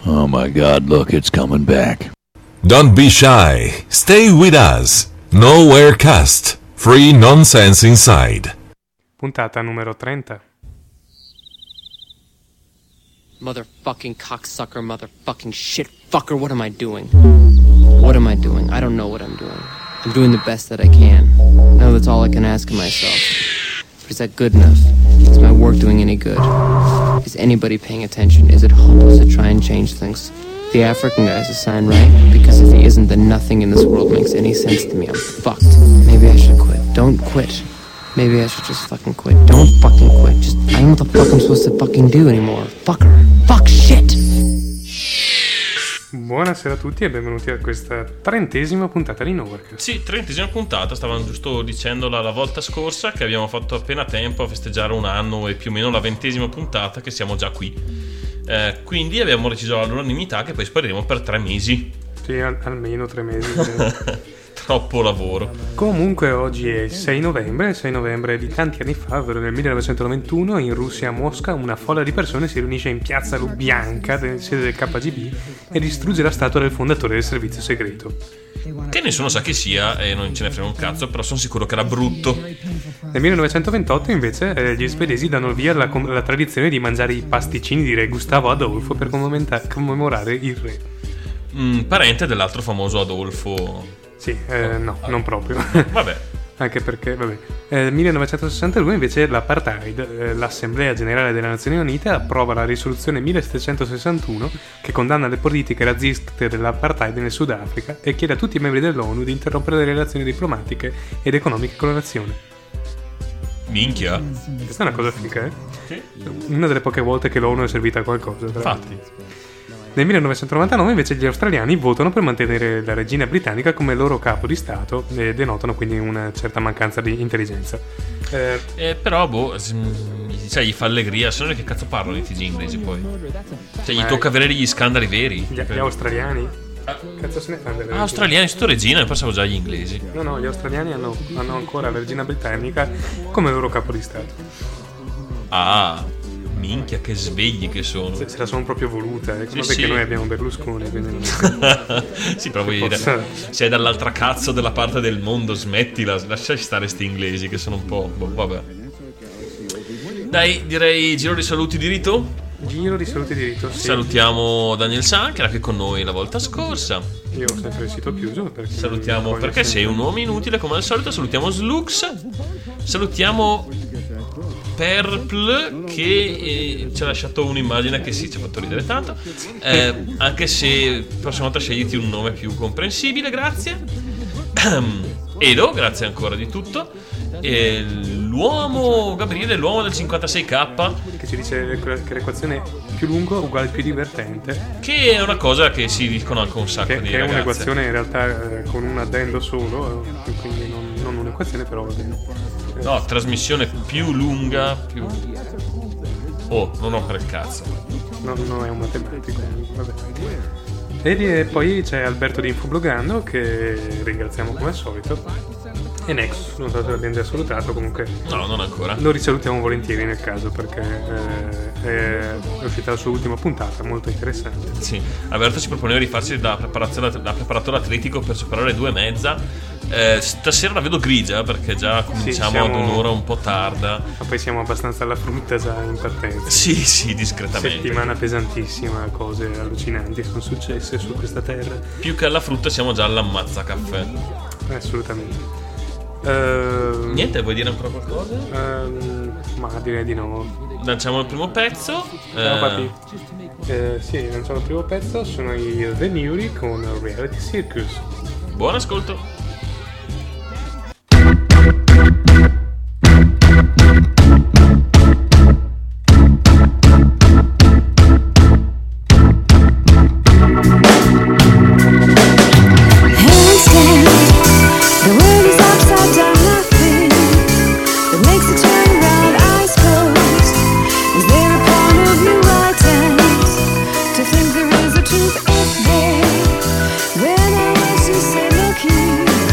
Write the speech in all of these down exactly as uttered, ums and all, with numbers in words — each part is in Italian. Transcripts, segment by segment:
Oh my God, look, it's coming back. Don't be shy. Stay with us. Nowhere cast. Free nonsense inside. Puntata numero trenta. Motherfucking cocksucker, motherfucking shit fucker, what am I doing? What am I doing? I don't know what I'm doing. I'm doing the best that I can. I know that's all I can ask of myself. But is that good enough? Is my work doing any good? Is anybody paying attention? Is it hopeless to try and change things? The African guy's a sign, right? Because if he isn't, then nothing in this world makes any sense to me. I'm fucked. Maybe I should quit. Don't quit. Maybe I should just fucking quit. Don't fucking quit. Just, I don't know what the fuck I'm supposed to fucking do anymore. Fucker. Fuck shit. Buonasera a tutti e benvenuti a questa trentesima puntata di Nowhere. Sì, trentesima puntata, stavamo giusto dicendola la volta scorsa che abbiamo fatto appena tempo a festeggiare un anno e più o meno la ventesima puntata che siamo già qui. Eh, quindi abbiamo deciso all'unanimità che poi spareremo per tre mesi. Sì, al- almeno tre mesi. Troppo lavoro. Comunque oggi è il sei novembre, il sei novembre di tanti anni fa, ovvero nel millenovecentonovantuno, in Russia a Mosca, una folla di persone si riunisce in piazza Lubyanka, sede del K G B, e distrugge la statua del fondatore del servizio segreto. Che nessuno sa chi sia e non ce ne frega un cazzo, però sono sicuro che era brutto. Nel millenovecentoventotto invece eh, gli svedesi danno via alla, com- alla tradizione di mangiare i pasticcini di re Gustavo Adolfo per commementa- commemorare il re. Mm, parente dell'altro famoso Adolfo. Sì, eh, no, non proprio. Vabbè. Anche perché, vabbè. Nel millenovecentosessantadue invece l'apartheid, eh, l'Assemblea Generale delle Nazioni Unite approva la risoluzione millesettecentosessantuno che condanna le politiche razziste dell'apartheid nel Sudafrica e chiede a tutti i membri dell'ONU di interrompere le relazioni diplomatiche ed economiche con la nazione. Minchia. Questa è una cosa figa, eh? Sì. Una delle poche volte che l'ONU è servita a qualcosa. Infatti. Nel millenovecentonovantanove invece gli australiani votano per mantenere la regina britannica come loro capo di stato e denotano quindi una certa mancanza di intelligenza. Eh, Eh, però, boh, sai, gli fa allegria, se no che cazzo parlano i tigi inglesi poi? Cioè, gli Ma- tocca avere gli scandali veri. gli, gli australiani? Cazzo se ne fanno delle Ah, australiani, sto regina, ne passavo già agli inglesi. No, no, gli australiani hanno, hanno ancora la regina britannica come loro capo di stato. Ah, minchia, che svegli che sono. Se, se la sono proprio voluta, eh, come Sì, perché sì. noi abbiamo Berlusconi, quindi non Sì, però vuoi dire, possa- sei dall'altra cazzo della parte del mondo, smettila, lascia stare sti inglesi che sono un po', boh, vabbè. Dai, direi giro di saluti di rito. Giro di saluti di rito, sì. Salutiamo Daniel San, che era qui con noi la volta scorsa. Io ho sempre il sito chiuso perché Salutiamo, voglio perché sei sempre- un uomo inutile come al solito. Salutiamo Slux. Salutiamo Perpl, che eh, ci ha lasciato un'immagine che sì, ci ha fatto ridere tanto, eh, anche se la prossima volta scegliti un nome più comprensibile, grazie. Edo, grazie ancora di tutto. E l'uomo Gabriele, l'uomo del cinquantasei K, che ci dice che l'equazione più lungo uguale più divertente, che è una cosa che si dicono anche un sacco che, di che è ragazze. un'equazione in realtà eh, con un addendo solo, eh, quindi non, non un'equazione, però va bene. Eh, No, trasmissione più lunga, più... Oh, non rompere il cazzo. no, non è un matematico, vabbè. E di- poi c'è Alberto di Infobloggando, che ringraziamo come al solito, e Nexus, non so se l'abbiamo già salutato, comunque No, non ancora. lo risalutiamo volentieri nel caso, perché eh, è uscita la sua ultima puntata, molto interessante. Sì, Alberto ci proponeva di farci da, preparazione, da preparatore atletico per superare le due e mezza. Eh, stasera la vedo grigia perché già cominciamo siamo- ad un'ora un po' tarda. Ma poi siamo abbastanza alla frutta già in partenza. Sì, sì, discretamente. Settimana pesantissima, cose allucinanti sono successe su questa terra. Più che alla frutta siamo già all'ammazza caffè. Assolutamente. Ehm, Niente, vuoi dire ancora qualcosa? ehm, ma direi di no. Lanciamo il primo pezzo. Ciao Eh, papi. Eh, sì, lanciamo il primo pezzo. Sono i The Newry con Reality Circus. buon ascolto. The world is upside down, nothing that makes it turn around, I suppose. Is there a part of you I tend to think there is a truth out there? When I was just say, look here,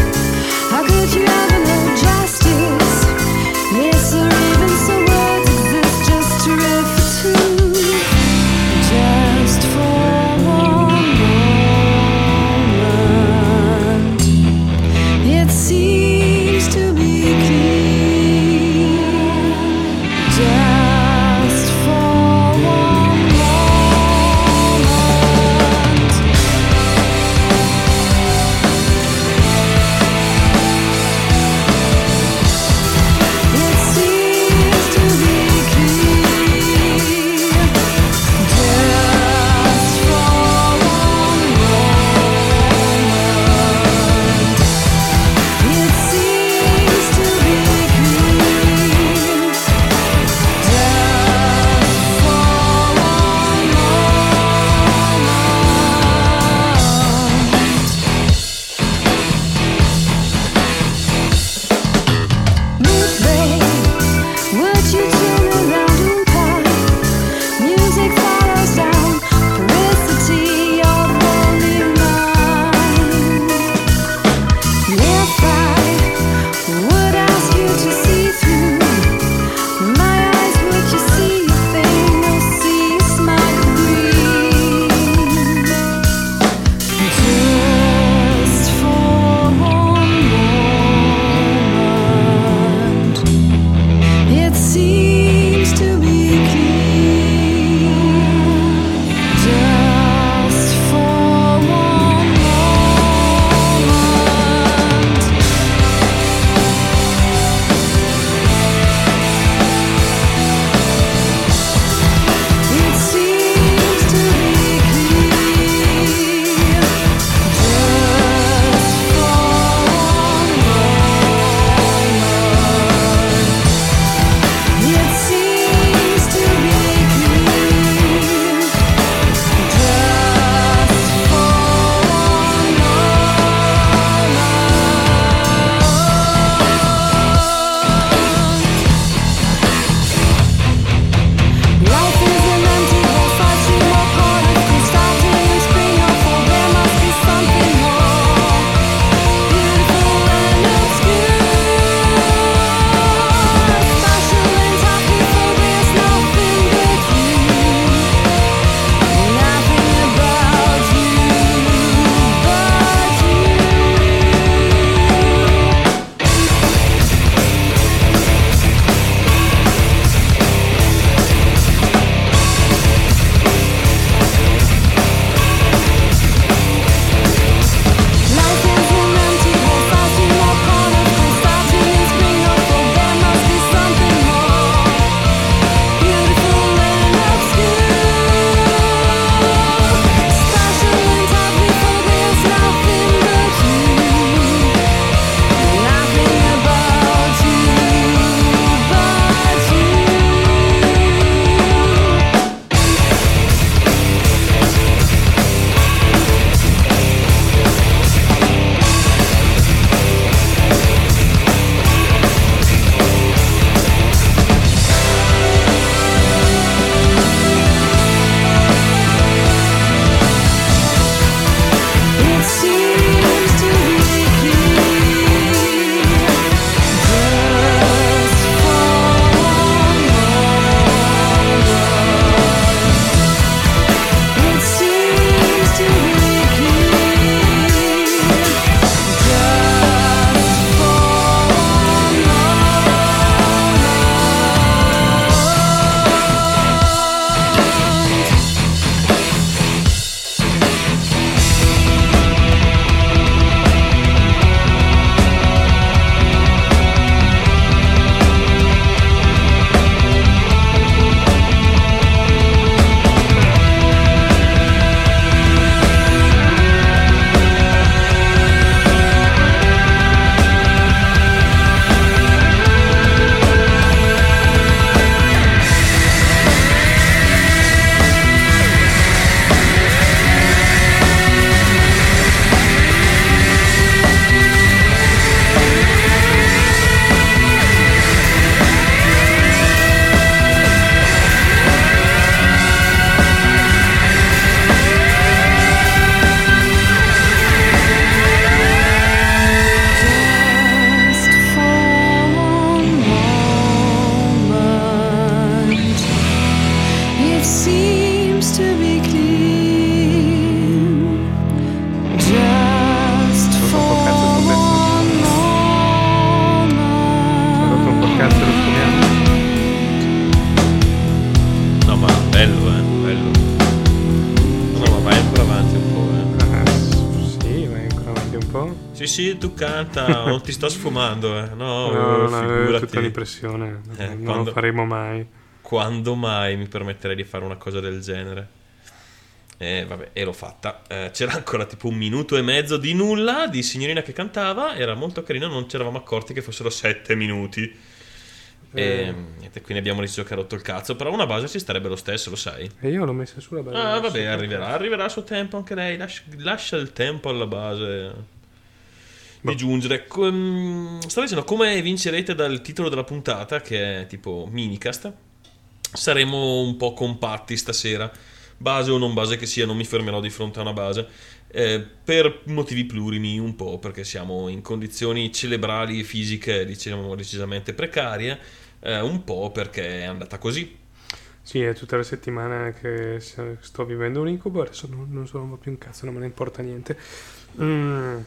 Sì, sì, tu canta, non ti sto sfumando, eh. No, No, eh, no, è figurati. tutta un'impressione. Eh, non quando- lo faremo mai. Quando mai mi permetterei di fare una cosa del genere? E vabbè, e l'ho fatta. Eh, c'era ancora tipo un minuto e mezzo di nulla, di signorina che cantava, era molto carino, non ci eravamo accorti che fossero sette minuti. E Eh. niente, quindi abbiamo deciso che ha rotto il cazzo, però una base ci starebbe lo stesso, lo sai. E io l'ho messa sulla base. Ah, vabbè, arriverà, arriverà a suo tempo anche lei. Lascia, lascia il tempo alla base Boh. di giungere. Com- Stavo dicendo, come vincerete dal titolo della puntata, che è tipo minicast, saremo un po' compatti stasera. Base o non base che sia, non mi fermerò di fronte a una base. Eh, per motivi plurimi, un po' perché siamo in condizioni cerebrali e fisiche, diciamo, decisamente precarie, eh, un po' perché è andata così. Sì, è tutta la settimana che s- sto vivendo un incubo, adesso non, non so più un cazzo, non me ne importa niente. Mm.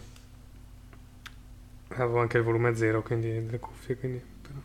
Avevo anche il volume a zero, quindi le cuffie, quindi...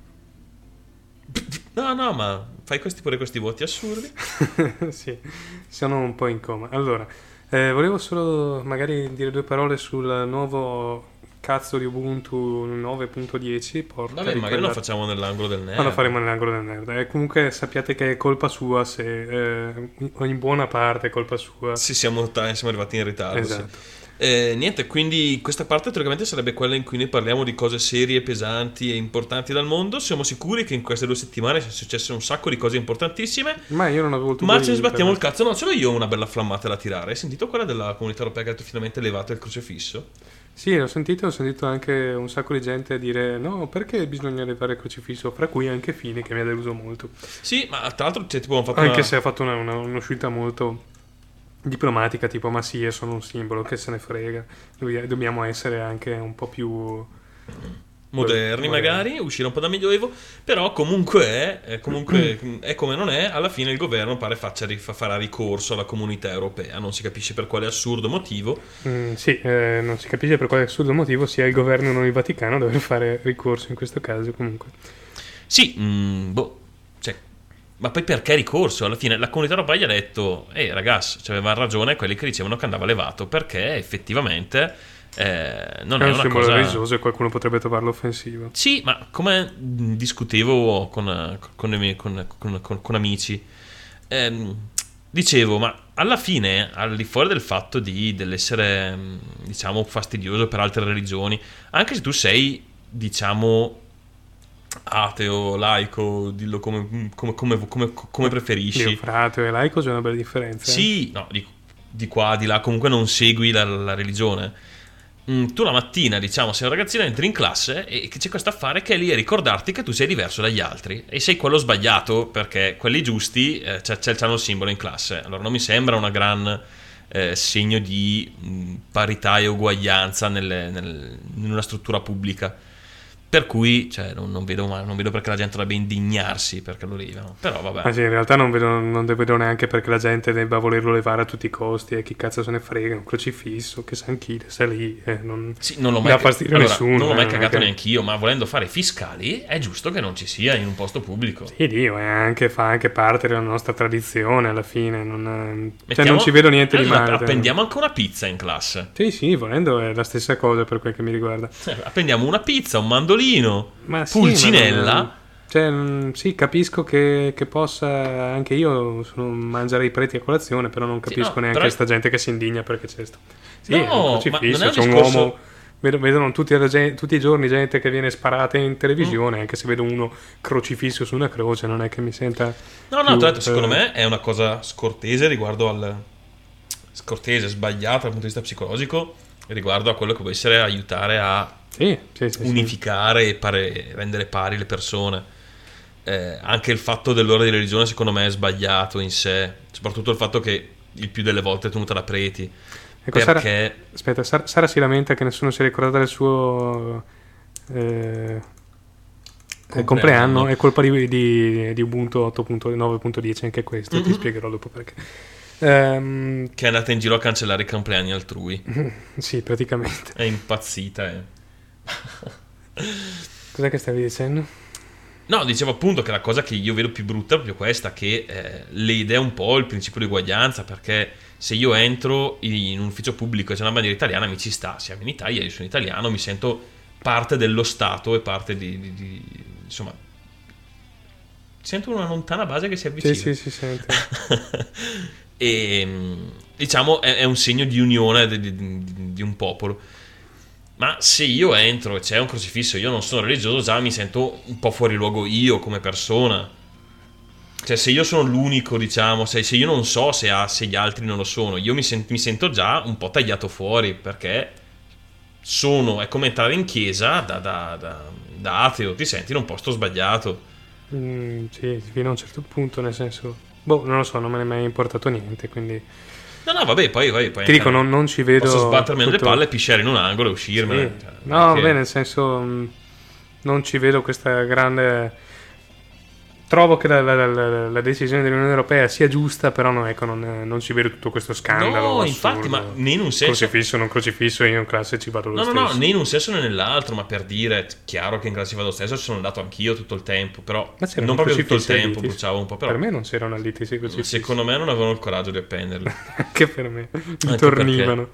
No, no, ma fai questi pure questi voti assurdi. però- sì, sono un po' in coma. Allora, eh, volevo solo magari dire due parole sul nuovo cazzo di Ubuntu nove punto dieci. Porca Vabbè, di magari quella- lo facciamo nell'angolo del nerd. Ma lo faremo nell'angolo del nerd. E comunque sappiate che è colpa sua se eh, in buona parte è colpa sua. Sì, siamo, ta- siamo arrivati in ritardo. sì. Esatto. Eh, niente, quindi questa parte teoricamente sarebbe quella in cui noi parliamo di cose serie, pesanti e importanti dal mondo. Siamo sicuri che in queste due settimane sia successo un sacco di cose importantissime. Ma io non avevo il tubo Ma di ce ne sbattiamo il internet. cazzo. No, ce l'ho io una bella flammata da tirare. Hai sentito quella della Comunità Europea che ha detto finalmente levato il crocifisso? Sì, l'ho sentito, ho sentito anche un sacco di gente dire no, perché bisogna levare il crocifisso, fra cui anche Fini che mi ha deluso molto. Sì, ma tra l'altro c'è tipo hanno fatto Anche una... se ha fatto una, una, un'uscita molto diplomatica, tipo ma sì, io sono un simbolo, che se ne frega. Dobb- Dobbiamo essere anche un po' più moderni Moderni. magari, uscire un po' da medioevo, però comunque è, è, comunque è come non è, alla fine il governo pare faccia, ri- fa- farà ricorso alla Comunità Europea, non si capisce per quale assurdo motivo. Mm, sì, eh, non si capisce per quale assurdo motivo sia il governo e non il Vaticano a dover fare ricorso in questo caso comunque. Sì, mm, boh, cioè, ma poi perché ricorso? Alla fine la Comunità Europea gli ha detto, ehi ragazzi, cioè, avevano ragione quelli che dicevano che andava levato, perché effettivamente eh, non È è un una simbolo cosa... religioso e qualcuno potrebbe trovarlo offensivo. Sì, ma come mh, discutevo con, con, i miei- con- con- con- con amici, ehm, dicevo, ma alla fine, al di fuori del fatto di, dell'essere, mh, diciamo, fastidioso per altre religioni, anche se tu sei, diciamo, ateo, laico, dillo come, come, come, come, come preferisci. Dio, fra ateo e laico c'è una bella differenza. eh. Sì, no, di, di qua, di là, comunque non segui la, la religione. Mm, tu la mattina, diciamo, sei un ragazzino, entri in classe e che c'è questo affare che è lì a ricordarti che tu sei diverso dagli altri e sei quello sbagliato perché quelli giusti eh, c'è, c'è, c'hanno il simbolo in classe. Allora non mi sembra una gran eh, segno di mh, parità e uguaglianza nelle- nel- in una struttura pubblica. Per cui, cioè, non, non vedo, ma- non vedo perché la gente dovrebbe indignarsi perché lo levano. Però vabbè. Ma sì, in realtà non vedo, non vedo neanche perché la gente debba volerlo levare a tutti i costi e chi cazzo se ne frega, un crocifisso, che San Chile sta lì, eh, non, Sì, non l'ho dà mai, fastidio a allora, nessuno. non l'ho mai eh, cagato che- neanch'io, ma volendo fare fiscali è giusto che non ci sia in un posto pubblico. Sì, Dio, è anche, fa anche parte della nostra tradizione alla fine, non, cioè Mettiamo- non ci vedo niente di Eh, ma male. Appendiamo anche una pizza in classe. Sì, sì, volendo è la stessa cosa per quel che mi riguarda. Eh, Appendiamo una pizza, un mandolino, Ma sì, pulcinella. ma non- cioè, mm, sì, capisco che, che possa anche io sono, mangiare i preti a colazione, però non Sì, capisco no, neanche però- sta gente che si indigna perché c'è sto. Sì, No, è un ma crocifisso, non è un c'è un discorso- uomo. vedo- Vedono tutti, la gen- tutti i giorni gente che viene sparata in televisione, anche se vedo uno crocifisso su una croce, non è che mi senta. No, no, più, tra l'altro, secondo eh, me è una cosa scortese riguardo al scortese, sbagliata dal punto di vista psicologico, riguardo a quello che può essere aiutare a Sì, sì, sì, sì. unificare e pare- rendere pari le persone. Eh, anche il fatto dell'ora di religione secondo me è sbagliato in sé, soprattutto il fatto che il più delle volte è tenuta da preti. Ecco, Sara- perché aspetta, Sara, Sara si lamenta che nessuno si è ricordato del suo eh, Compleanno. compleanno. È colpa di, di, di Ubuntu otto punto nove punto dieci, anche questo. Ti Mhm. spiegherò dopo perché. Ehm, che è andata in giro a cancellare i compleanni altrui, sì, praticamente. è impazzita. Eh. Cos'è che stavi dicendo? No, dicevo appunto che la cosa che io vedo più brutta è proprio questa, che eh, lede un po' il principio di uguaglianza, perché se io entro in un ufficio pubblico e c'è una bandiera italiana, mi ci sta, siamo in Italia, io sono italiano, mi sento parte dello Stato e parte di, di, di insomma, sento una lontana base che si avvicina. Sì, sì, si sente. E diciamo è, è un segno di unione di, di, di un popolo. Ma se io entro e c'è un crocifisso, io non sono religioso, già mi sento un po' fuori luogo io come persona. Cioè, se io sono l'unico, diciamo, se, se io non so se, ha, se gli altri non lo sono, io mi, sen- mi sento già un po' tagliato fuori, perché sono, è come entrare in chiesa da, da, da, da ateo, ti senti in un posto sbagliato. Mm, sì, fino a un certo punto, nel senso, boh, non lo so, non me ne è mai importato niente, quindi No, no, vabbè, poi, poi, poi ti dico, non, non ci vedo. posso sbattermi nelle tutto- palle, pisciare in un angolo e uscirmene. Sì. Cioè, No, non è che- vabbè, nel senso, mh, non ci vedo questa grande. Trovo che la, la- la- la decisione dell'Unione Europea sia giusta, però no, ecco, non, non ci vedo tutto questo scandalo. No, infatti, assurdo. ma né in un senso. Crocifisso, non crocifisso, io in classe ci vado lo No, no, stesso. no, né in un senso né nell'altro, ma per dire, chiaro che in classe vado stesso, ci sono andato anch'io tutto il tempo, però Ma c'erano non proprio tutto il crocifissi tempo, all'I T I S? bruciavo un po', però Per me non c'erano all'I T I S i crocifissi. secondo me non avevano il coraggio di appenderli. Anche per me. Mi Anche tornivano.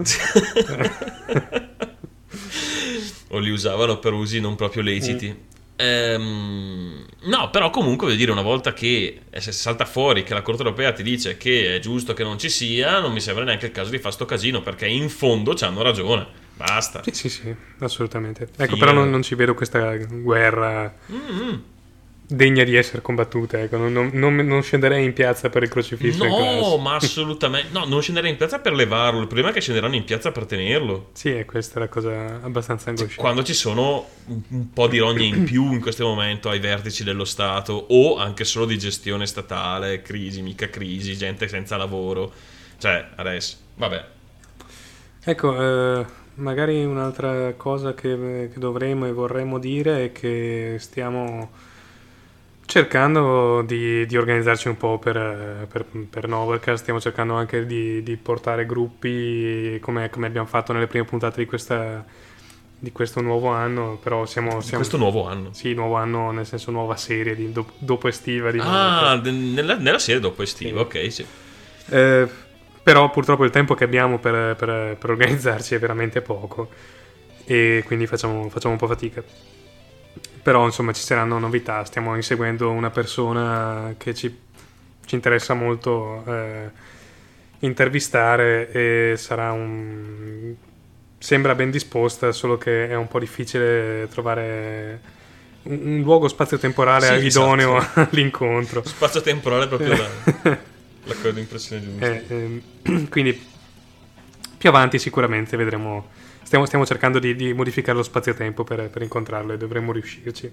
O li usavano per usi non proprio leciti. Ehm, no, però comunque voglio dire, una volta che eh, se salta fuori che la Corte Europea ti dice che è giusto che non ci sia, non mi sembra neanche il caso di fare sto casino, perché in fondo c'hanno ragione. Basta. Sì, sì, sì, assolutamente. Ecco, Sì, però eh. non, non ci vedo questa guerra Mm-hmm. degna di essere combattuta. Ecco. Non, non- non- non scenderei in piazza per il crocifisso in No, classe. ma assolutamente no, non scenderei in piazza per levarlo. Il problema è che scenderanno in piazza per tenerlo. Sì, e questa è la cosa abbastanza Cioè, angosciante. quando ci sono un un po' di rogne in più in questo momento ai vertici dello Stato, o anche solo di gestione statale, crisi, mica crisi, gente senza lavoro. Cioè, adesso, vabbè. Ecco, eh, magari un'altra cosa che, che dovremmo e vorremmo dire è che stiamo cercando di, di organizzarci un po' per, eh, per, per Novelcast, stiamo cercando anche di, di portare gruppi come, come abbiamo fatto nelle prime puntate di, questa, di questo nuovo anno, però siamo... Di siamo questo nuovo anno. Sì, nuovo anno nel senso nuova serie di do- dopo estiva di Ah, Novelcast. de- nella, nella serie dopo estiva, ok, sì. Eh, però purtroppo il tempo che abbiamo per, per- per organizzarci è veramente poco e quindi facciamo, facciamo un po' fatica. Però insomma ci saranno novità, stiamo inseguendo una persona che ci, ci interessa molto eh, intervistare e sarà un... sembra ben disposta, solo che è un po' difficile trovare un, un luogo spazio-temporale Sì, idoneo esatto. all'incontro. Spazio temporale è proprio la, la cosa di impressione giusta. Eh, ehm, quindi più avanti sicuramente vedremo. Stiamo, stiamo cercando di, di modificare lo spazio-tempo per, per incontrarlo e dovremmo riuscirci.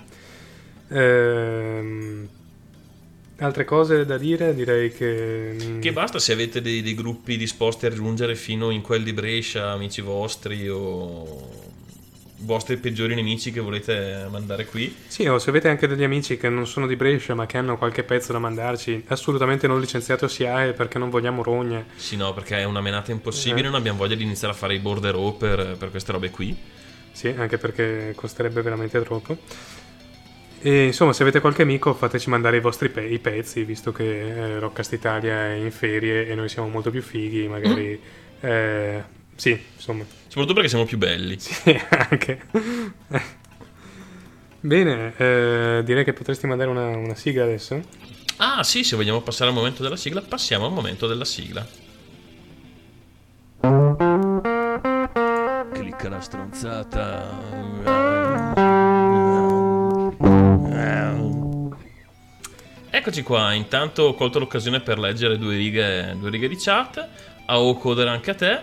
Ehm, altre cose da dire? Direi che. mm, Che basta se avete dei, dei gruppi disposti a raggiungere fino in quel di Brescia, amici vostri o vostri peggiori nemici che volete mandare qui. Sì, o se avete anche degli amici che non sono di Brescia ma che hanno qualche pezzo da mandarci, assolutamente non licenziato S I A E perché non vogliamo rogne. Sì, no, perché è una menata impossibile, Eh. non abbiamo voglia di iniziare a fare i borderò per, per queste robe qui. Sì, anche perché costerebbe veramente troppo. E insomma, se avete qualche amico, fateci mandare i vostri pe- i pezzi, visto che eh, Rockcast Italia è in ferie e noi siamo molto più fighi, magari. eh, sì, insomma, Soprattutto perché siamo più belli. sì, anche. Bene, eh, direi che potresti mandare una, una sigla adesso. Ah, sì, se vogliamo passare al momento della sigla, passiamo al momento della sigla. Clicca la stronzata. Eccoci qua, intanto ho colto l'occasione per leggere due righe, due righe di chat. A o codere anche a te.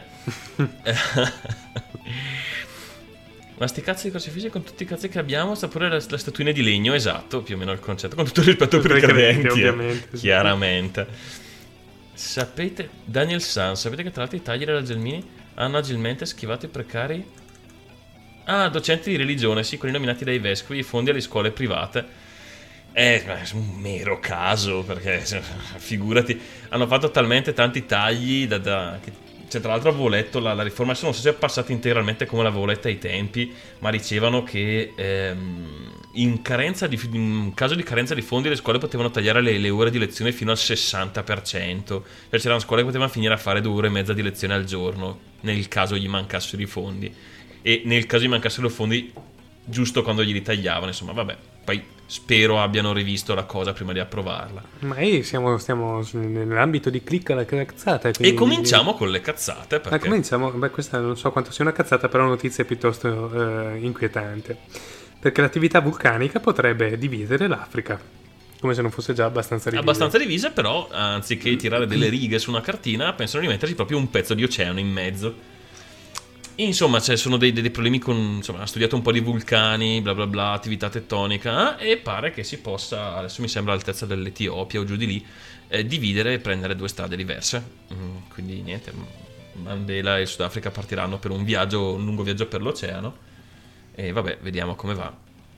Ma sti cazzo di crocifissi con tutti i cazzi che abbiamo, sta pure la, la statuina di legno, esatto, più o meno il concetto, con tutto il rispetto per i Per i credenti, credenti, eh, ovviamente, sì. chiaramente. Sapete, Daniel San, sapete che tra l'altro i tagli della Gelmini hanno agilmente schivato i precari? Ah, docenti di religione, sì, quelli nominati dai vescovi, i fondi alle scuole private. È un mero caso, perché cioè, figurati, hanno fatto talmente tanti tagli da, da, che, cioè, tra l'altro avevo letto la, la riforma, adesso non so se è passata integralmente come l'avevo letta ai tempi, ma dicevano che ehm, in, carenza di, in caso di carenza di fondi le scuole potevano tagliare le, le ore di lezione fino al sessanta per cento. Cioè c'erano scuole che potevano finire a fare due ore e mezza di lezione al giorno nel caso gli mancassero i fondi, e nel caso gli mancassero i fondi giusto quando glieli tagliavano. Insomma, vabbè, poi spero abbiano rivisto la cosa prima di approvarla. Ma eh, siamo, stiamo nell'ambito di clicca la cazzata. Quindi... E cominciamo con le cazzate. Perché... Ma cominciamo, beh, questa non so quanto sia una cazzata, però è una notizia piuttosto eh, inquietante. Perché l'attività vulcanica potrebbe dividere l'Africa. Come se non fosse già abbastanza divisa. Abbastanza divisa, però anziché tirare delle righe su una cartina, pensano di metterci proprio un pezzo di oceano in mezzo. Insomma, ci sono dei, dei problemi con... Insomma, ha studiato un po' di vulcani, bla bla bla, attività tettonica, e pare che si possa, adesso mi sembra all'altezza dell'Etiopia o giù di lì, eh, dividere e prendere due strade diverse. Mm, quindi niente, Mandela e il Sudafrica partiranno per un viaggio, un lungo viaggio per l'oceano, e vabbè, vediamo come va.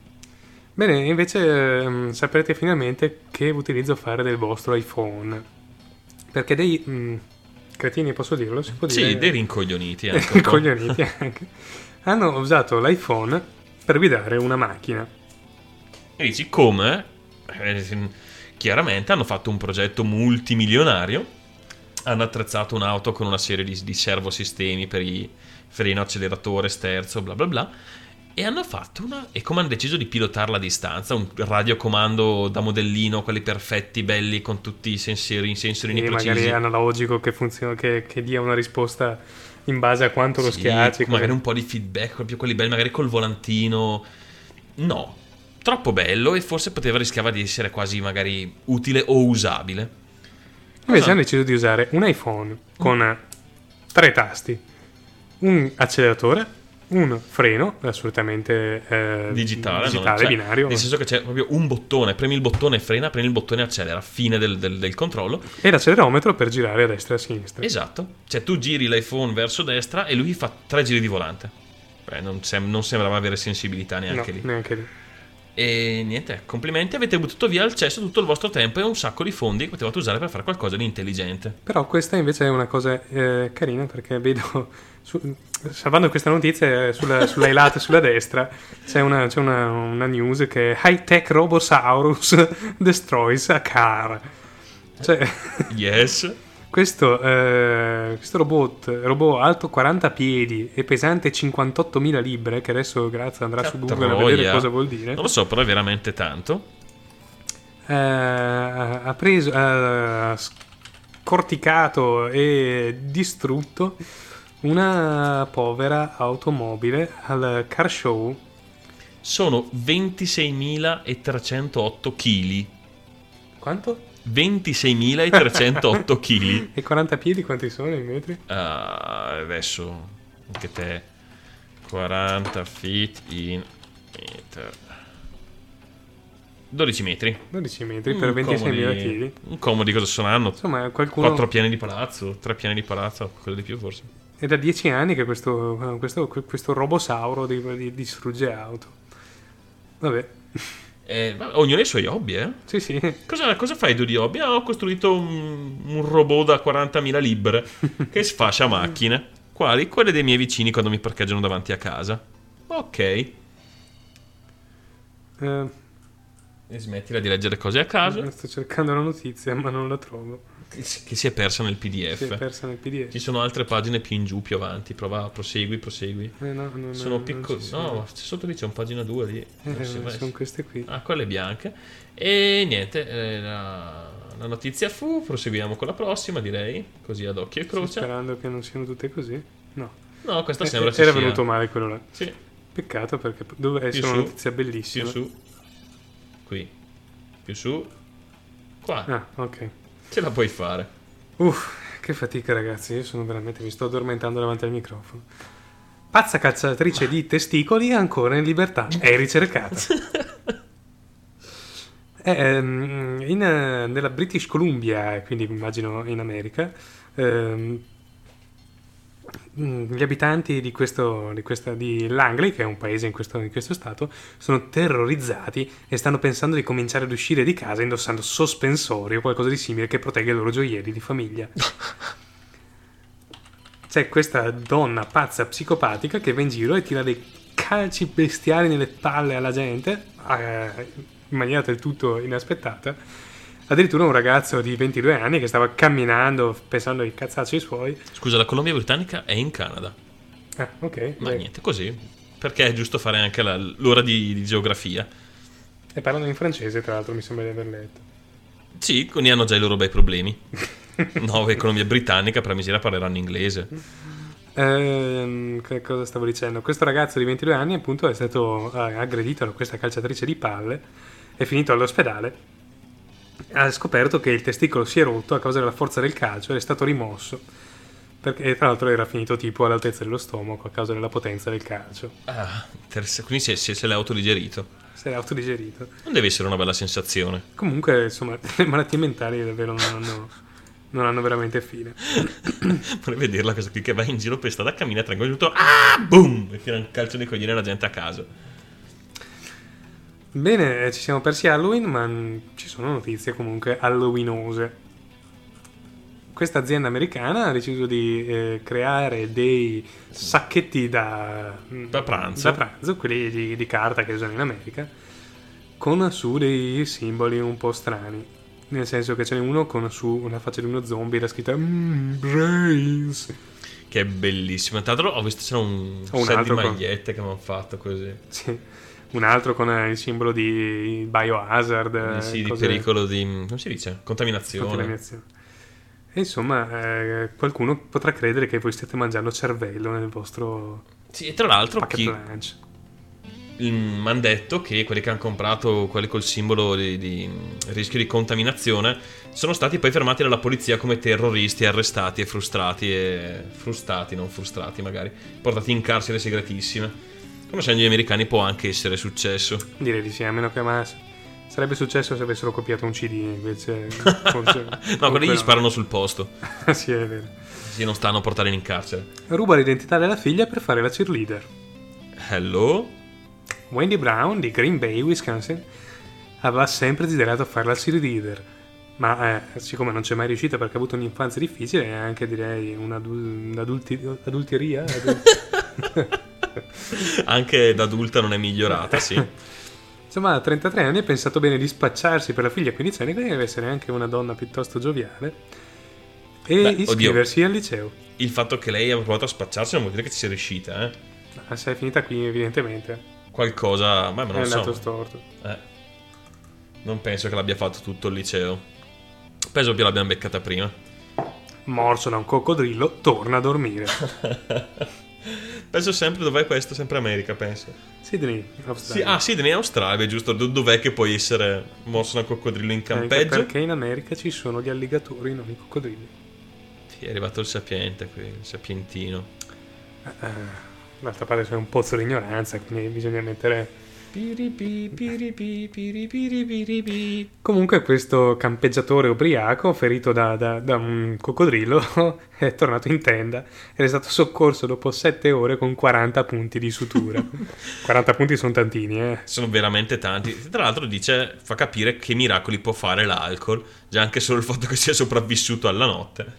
Bene, invece ehm, saprete finalmente che utilizzo fare del vostro iPhone. Perché dei... Mh, cretini, posso dirlo? Si può dire? Sì, dei rincoglioniti anche. Rincoglioniti anche. Hanno usato l'iPhone per guidare una macchina. E dici come? Eh, chiaramente hanno fatto un progetto multimilionario, hanno attrezzato un'auto con una serie di, di servosistemi per i freno, acceleratore, sterzo, bla bla bla, e hanno fatto una... E come hanno deciso di pilotarla a distanza? Un radiocomando da modellino, quelli perfetti, belli, con tutti i sensori, i sensorini E precisi. magari analogico che funziona, che, che dia una risposta in base a quanto lo Sì, schiacci. magari come- un po' di feedback, proprio quelli belli, magari col volantino. No, troppo bello, e forse poteva rischiava di essere quasi magari utile o usabile. Invece Cosa? hanno deciso di usare un iPhone con tre tasti, un acceleratore, un freno assolutamente eh, Digitale, digitale no? Cioè, binario, nel senso che c'è proprio un bottone, premi il bottone frena, premi il bottone accelera, fine del, del- del controllo. e l'accelerometro per girare a destra e a sinistra. Esatto, cioè tu giri l'iPhone verso destra e lui fa tre giri di volante. Beh, non, sem- non sembrava avere sensibilità neanche No, lì. neanche lì. E niente, complimenti, avete buttato via al cesso tutto il vostro tempo e un sacco di fondi che potevate usare per fare qualcosa di intelligente. Però questa invece è una cosa eh, carina, perché vedo, su- salvando questa notizia, eh, sulla, sull'iLAT sulla destra c'è, una, c'è una, una news che High Tech Robosaurus destroys a car. Cioè, Yes. questo, eh, questo robot, robot alto quaranta piedi e pesante cinquantottomila libbre, che adesso grazie andrà su Google a Catroia. vedere cosa vuol dire, Non lo so, però è veramente tanto. eh, ha preso, ha scorticato e distrutto una povera automobile al car show. Sono ventiseimilatrecentootto chili. Quanto? ventiseimilatrecentootto chili. E quaranta piedi quanti sono in metri? Ah, adesso anche te. quaranta feet in meter. dodici metri. dodici metri Mm, per ventiseimila comodi- kg. Un comodi cosa saranno? Insomma, qualcuno... Quattro piani di palazzo, tre piani di palazzo, quello di più forse. È da dieci anni che questo, questo, questo robosauro di, di- distrugge auto. Vabbè. Eh, vabbè, ognuno ha i suoi hobby, eh? Sì, sì. Cosa, cosa fai tu di hobby? Ah, ho costruito un, un robot da quarantamila libbre che sfascia macchine. Quali? Quelle dei miei vicini quando mi parcheggiano davanti a casa. Ok. Eh, E smettila di leggere cose a caso. sto cercando la notizia, ma non la trovo. Che si è persa nel P D Si è F. persa nel P D F. Ci sono altre pagine più in giù, più avanti. Prova, prosegui, prosegui. Eh, no, no, no, Sono non piccoli. ci sono. No, sotto lì c'è un pagina due lì. Eh, Non si va- sono queste qui. Ah, quelle bianche. E niente, eh, la, la notizia fu. Proseguiamo con la prossima, direi. Così ad occhio e Sto croce. sperando che non siano tutte così. No. No, questa Eh, sembra ci era sia. venuto male quello là. Sì, Peccato, perché dove Più è una su, notizia più bellissima. su. Qui. Più su. Qua. Ah, ok. Ce la puoi fare. Uff, che fatica, ragazzi. Io sono veramente, mi sto addormentando davanti al microfono. Pazza calciatrice di testicoli è ancora in libertà. È ricercata. Eh, ehm, in, eh, nella British Columbia, quindi immagino in America, ehm, mm, gli abitanti di questo, di questa, di Langley, che è un paese in questo, in questo stato, sono terrorizzati e stanno pensando di cominciare ad uscire di casa indossando sospensori o qualcosa di simile che protegga i loro gioielli di famiglia. C'è questa donna pazza psicopatica che va in giro e tira dei calci bestiali nelle palle alla gente, eh, in maniera del tutto inaspettata. Addirittura un ragazzo di ventidue anni che stava camminando pensando ai cazzacci suoi. Scusa, la Colombia Britannica è in Canada. Ah, ok. Ma beh. niente, così. Perché è giusto fare anche la- l'ora di, di geografia. E parlano in francese, tra l'altro, mi sembra di aver letto. Sì, con hanno già i loro bei problemi. No, economia britannica, per la miseria parleranno inglese. Ehm, che cosa stavo dicendo? Questo ragazzo di ventidue anni appunto è stato eh, aggredito da questa calciatrice di palle, è finito all'ospedale, ha scoperto che il testicolo si è rotto a causa della forza del calcio ed è stato rimosso, perché tra l'altro era finito tipo all'altezza dello stomaco a causa della potenza del calcio. Ah, interessa- quindi se, se, se l'è autodigerito. Si era autodigerito. Non deve essere una bella sensazione. Comunque, insomma, le malattie mentali davvero non hanno, non hanno veramente fine. Vorrei vederla questa qui che va in giro per strada, cammina tranquillo, tutto, ah, boom, e tira un calcio di coglione alla gente a caso. Bene, eh, ci siamo persi Halloween, ma mh, ci sono notizie comunque halloweenose. Questa azienda americana ha deciso di eh, creare dei sacchetti da, Da pranzo. da pranzo, quelli di, di carta che usano in America, con su dei simboli un po' strani. Nel senso che ce n'è uno con su una faccia di uno zombie e la scritta mm, Brains. Che è bellissimo. Tra l'altro ho visto c'era un Ho un set di altro con- magliette che mi hanno fatto così. Sì. Un altro con eh, il simbolo di Biohazard. Eh, eh, sì, di cose- pericolo di... come si dice? Contaminazione. contaminazione. E insomma, eh, qualcuno potrà credere che voi stiate mangiando cervello nel vostro Sì, e tra l'altro packet chi... lunch. mi hanno detto che quelli che hanno comprato quelli col simbolo di, di rischio di contaminazione sono stati poi fermati dalla polizia come terroristi, arrestati e frustrati e frustati, non frustrati magari, portati in carcere segretissime. Come sanno gli americani può anche essere successo. Direi di sì, a meno che mai. Sarebbe successo se avessero copiato un C D invece. Forse, No, quelli gli sparano sul posto. Sì, è vero. Sì, non stanno a portare in carcere. Ruba l'identità della figlia per fare la cheerleader. Hello? Wendy Brown di Green Bay, Wisconsin, aveva sempre desiderato fare la cheerleader, ma eh, siccome non c'è mai riuscita perché ha avuto un'infanzia difficile e anche direi un'adulteria, Anche da adulta non è migliorata, sì. insomma a trentatré anni ha pensato bene di spacciarsi per la figlia quindici anni, quindi deve essere anche una donna piuttosto gioviale, e Beh, iscriversi al liceo. Il fatto che lei abbia provato a spacciarsi non vuol dire che ci sia riuscita, eh. Ma se è finita qui evidentemente Qualcosa, ma è non andato so. storto. Eh. Non penso che l'abbia fatto tutto il liceo. Penso che l'abbiamo beccata prima. Morso da un coccodrillo, torna a dormire. Penso sempre, dov'è questo? Sempre America, penso. Sydney, Sì, Australia. ah, Sydney, Australia, giusto? Do- Dov'è che puoi essere morso da un coccodrillo in Anche campeggio? perché in America ci sono gli alligatori, non i coccodrilli. Sì, è arrivato il sapiente qui, il sapientino. Eh, d'altra parte c'è un pozzo di ignoranza, quindi bisogna mettere... Piripi, piripi, piripi, piripi. Comunque questo campeggiatore ubriaco, ferito da, da- da un coccodrillo, è tornato in tenda ed è stato soccorso dopo sette ore con quaranta punti di sutura. quaranta punti sono tantini, eh. Sono veramente tanti. Tra l'altro dice, fa capire che miracoli può fare l'alcol, già anche solo il fatto che sia sopravvissuto alla notte.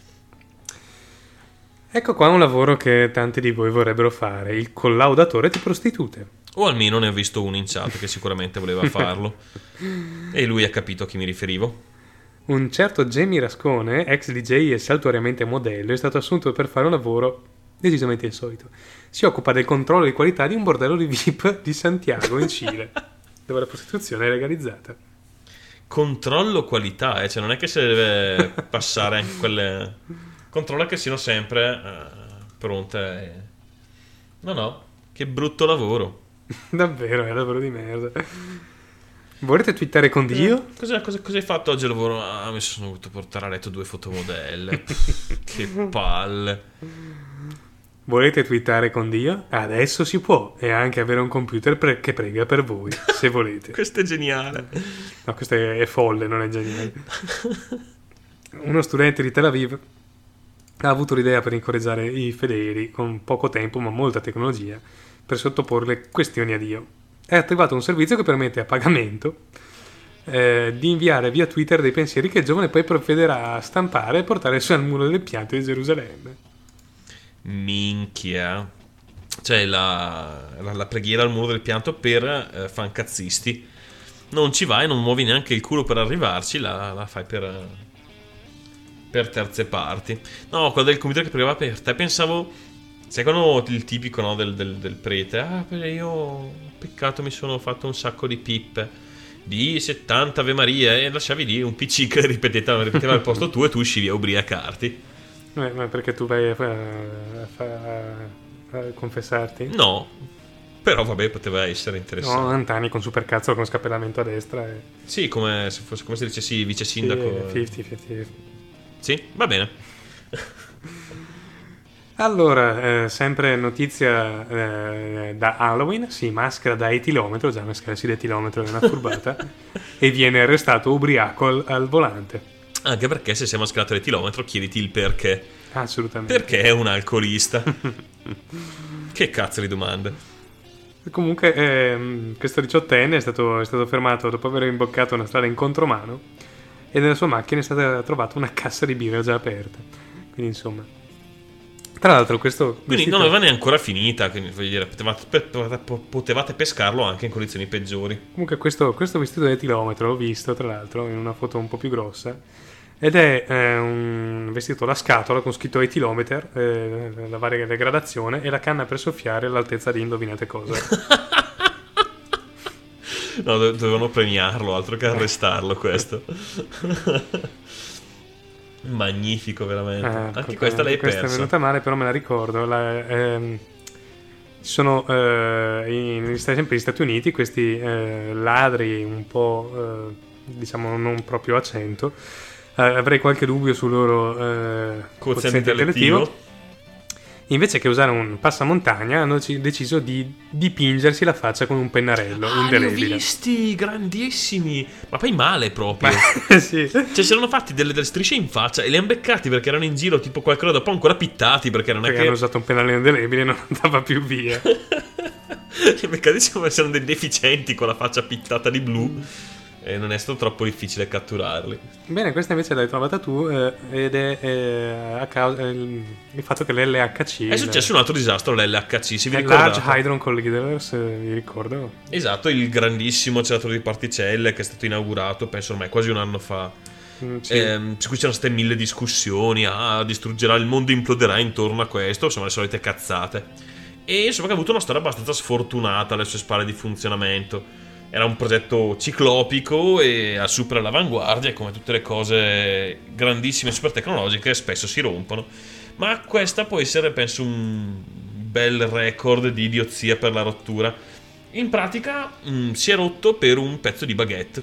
Ecco qua un lavoro che tanti di voi vorrebbero fare, il collaudatore di prostitute. O almeno ne ho visto uno in chat che sicuramente voleva farlo. E lui ha capito a chi mi riferivo. Un certo Jamie Rascone, ex D J e saltuariamente modello, è stato assunto per fare un lavoro decisamente insolito. Si occupa del controllo di qualità di un bordello di V I P di Santiago, in Cile, dove la prostituzione è legalizzata. Controllo qualità, eh? Cioè non è che si deve passare anche quelle... Controlla che siano sempre eh, pronte. E... No, no, che brutto lavoro. Davvero, è davvero di merda. Volete twittare con Dio? Cosa, cosa, cosa hai fatto oggi al lavoro? Ah, mi sono dovuto portare a letto due fotomodelle. Che palle. Volete twittare con Dio? Adesso si può, e anche avere un computer pre- che prega per voi, se volete. Questo è geniale. No, questo è, è folle, non è geniale. Uno studente di Tel Aviv ha avuto l'idea per incoraggiare i fedeli, con poco tempo ma molta tecnologia, per sottoporre questioni a Dio. È attivato un servizio che permette a pagamento eh, di inviare via Twitter dei pensieri che il giovane poi provvederà a stampare e portare sul muro del pianto di Gerusalemme. Minchia. c'è la, la, la preghiera al muro del pianto per eh, fancazzisti. Non ci vai, non muovi neanche il culo per arrivarci, la, la fai per, per terze parti. No, quello del computer che pregava per te, pensavo, sai quando il tipico, no, del, del, del prete, ah, io peccato, mi sono fatto un sacco di pippe, di settanta Ave Maria, e lasciavi lì un P C che ripeteva, ripeteva al posto tuo e tu uscivi a ubriacarti. Eh, ma perché tu vai a, a, a, a confessarti? No, però vabbè, poteva essere interessante. No, Antani con supercazzo con scappellamento a destra. E... Sì, come se fosse, come se dicessi vice sindaco. Sì, cinquanta cinquanta. Sì, va bene. Allora, eh, sempre notizia eh, da Halloween, si maschera da etilometro, già mascherarsi da etilometro è una furbata, e viene arrestato ubriaco al, al volante. Anche perché se sei mascherato all'etilometro chiediti il perché. Assolutamente. Perché è un alcolista. Che cazzo di domande. Comunque ehm, questo diciottenne è stato, è stato fermato dopo aver imboccato una strada in contromano e nella sua macchina è stata trovata una cassa di birra già aperta. Quindi insomma, tra l'altro questo quindi vestito... non aveva neanche ancora finita, quindi voglio dire, potevate, potevate pescarlo anche in condizioni peggiori. Comunque questo, questo vestito da etilometro l'ho visto tra l'altro in una foto un po' più grossa ed è eh, un vestito da scatola con scritto etilometer, eh, la varia gradazione e la canna per soffiare all'altezza di indovinate cosa. No, do- dovevano premiarlo, altro che arrestarlo questo. Magnifico, veramente. Eh, anche ecco, questa l'hai questa persa. è venuta male, però me la ricordo. La, ehm, ci sono eh, in, in- sempre negli Stati Uniti questi eh, ladri un po' eh, diciamo non proprio a cento. Eh, avrei qualche dubbio sul loro eh, Quoziente intellettivo. Invece che usare un passamontagna hanno ci- deciso di dipingersi la faccia con un pennarello Ah, li ho indelebile. visti, grandissimi. Ma poi male proprio. Ma- sì. Cioè, si erano fatti delle, delle strisce in faccia e li hanno beccati perché erano in giro, tipo qualche ora dopo, ancora pittati perché non è Perché che. hanno usato un pennarello indelebile e non andava più via. Li beccati come se erano dei deficienti con la faccia pittata di blu. E non è stato troppo difficile catturarli. Bene, questa invece l'hai trovata tu eh, ed è eh, a causa eh, il, il fatto che l'L H C È successo un altro disastro, l'L H C, se vi il ricordate? Large Hadron Collider, se vi ricordo. Esatto, il grandissimo acceleratore di particelle che è stato inaugurato, penso ormai quasi un anno fa. Mm, sì. Ehm, su cui c'erano state mille discussioni, ah, distruggerà il mondo, imploderà intorno a questo, insomma le solite cazzate. E insomma che ha avuto una storia abbastanza sfortunata alle sue spalle di funzionamento. Era un progetto ciclopico e a super all'avanguardia, e come tutte le cose grandissime e super tecnologiche spesso si rompono. Ma questa può essere, penso, un bel record di idiozia per la rottura. In pratica mh, si è rotto per un pezzo di baguette.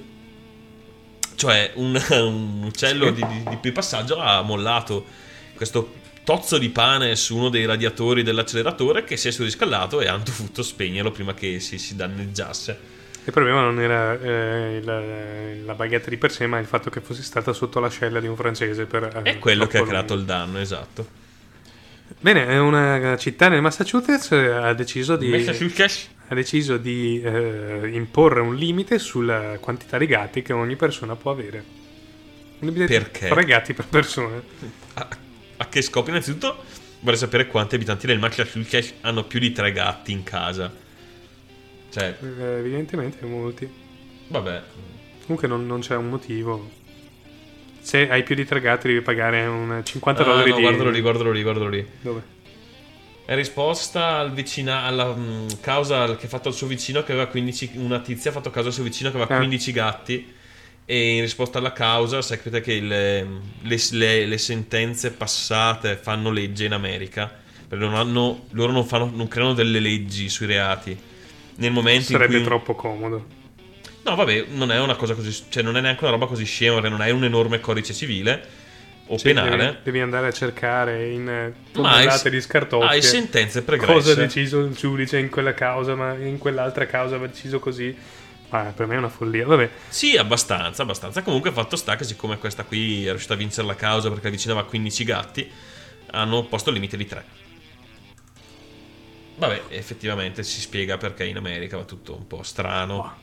Cioè un, un uccello Sì. di, di, di passaggio ha mollato questo tozzo di pane su uno dei radiatori dell'acceleratore, che si è surriscaldato e hanno dovuto spegnerlo prima che si, si danneggiasse. Il problema non era eh, la, la baguette di per sé, ma il fatto che fosse stata sotto l'ascella di un francese. Per, eh, È quello che ha troppo creato il lungo. danno, esatto. Bene, è una città nel Massachusetts eh, ha deciso di, Massachusetts. ha deciso di eh, imporre un limite sulla quantità di gatti che ogni persona può avere. Un limite di Perché? tre gatti per persona. A, a che scopo? Innanzitutto vorrei sapere quanti abitanti del Massachusetts hanno più di tre gatti in casa. Cioè, Eh, evidentemente molti. vabbè. Comunque non, non c'è un motivo. Se hai più di tre gatti devi pagare un cinquanta Ah, dollari no, di... guardalo lì, guardalo lì, guardalo lì. Dove? È risposta al vicina, alla mh, causa che ha fatto al suo vicino che aveva quindici, una tizia ha fatto causa al suo vicino che aveva Ah. quindici gatti, e in risposta alla causa, sapete che le, le, le- le sentenze passate fanno legge in America, perché non hanno, loro non, fanno, non creano delle leggi sui reati. Nel momento Sarebbe in cui... troppo comodo. No, vabbè, non è una cosa così, cioè non è neanche una roba così scema, perché non è un enorme codice civile o Sì, penale. Devi, devi andare a cercare in eh, Ma hai, tonnellate di scartoffie hai sentenze pregresse. cosa ha deciso il giudice in quella causa, ma in quell'altra causa aveva deciso così. Ma per me è una follia. Vabbè, Sì, abbastanza, abbastanza. Comunque fatto sta che siccome questa qui è riuscita a vincere la causa perché la vicina aveva quindici gatti, hanno posto il limite di tre. Vabbè, effettivamente si spiega perché in America va tutto un po' strano.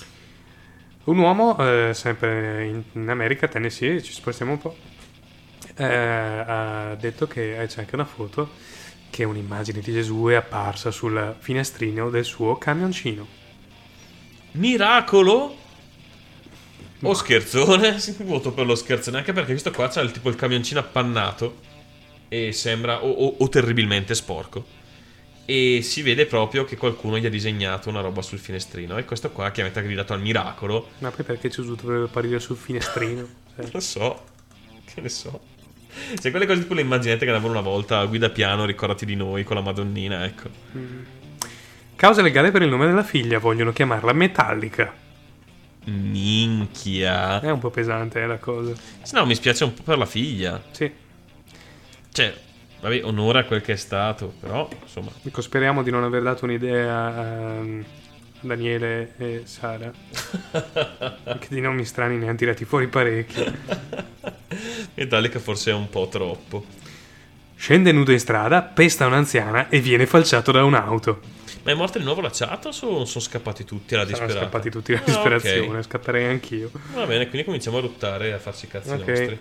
un uomo, eh, sempre in, in America, Tennessee, ci spostiamo un po', eh, ha detto che eh, c'è anche una foto che un'immagine di Gesù è apparsa sul finestrino del suo camioncino. Miracolo? O scherzone? Voto per lo scherzone, anche perché questo qua c'ha il tipo il camioncino appannato e sembra o, o, o terribilmente sporco. E si vede proprio che qualcuno gli ha disegnato una roba sul finestrino. E questo qua chiaramente ha gridato al miracolo. Ma poi perché Gesù dovrebbe apparire sul finestrino? Non lo so, che ne so. Cioè quelle cose tipo le immaginette che davano una volta, guida piano, ricordati di noi con la Madonnina, ecco. Mm. Causa legale per il nome della figlia, vogliono chiamarla Metallica. Minchia. È un po' pesante eh, la cosa. Se no mi spiace un po' per la figlia. Sì. Cioè, vabbè, onore a quel che è stato, però, insomma. Ecco, speriamo di non aver dato un'idea a Daniele e Sara. Anche di nomi strani ne hanno tirati fuori parecchi. Metallica forse è un po' troppo. Scende nudo in strada, pesta un'anziana e viene falciato da un'auto. Ma è morto di nuovo la chat o sono, sono scappati tutti alla Sono disperata? scappati tutti alla Ah, disperazione, ok. scapperei anch'io. Va bene, quindi cominciamo a ruttare e a farci i cazzi Ok. nostri.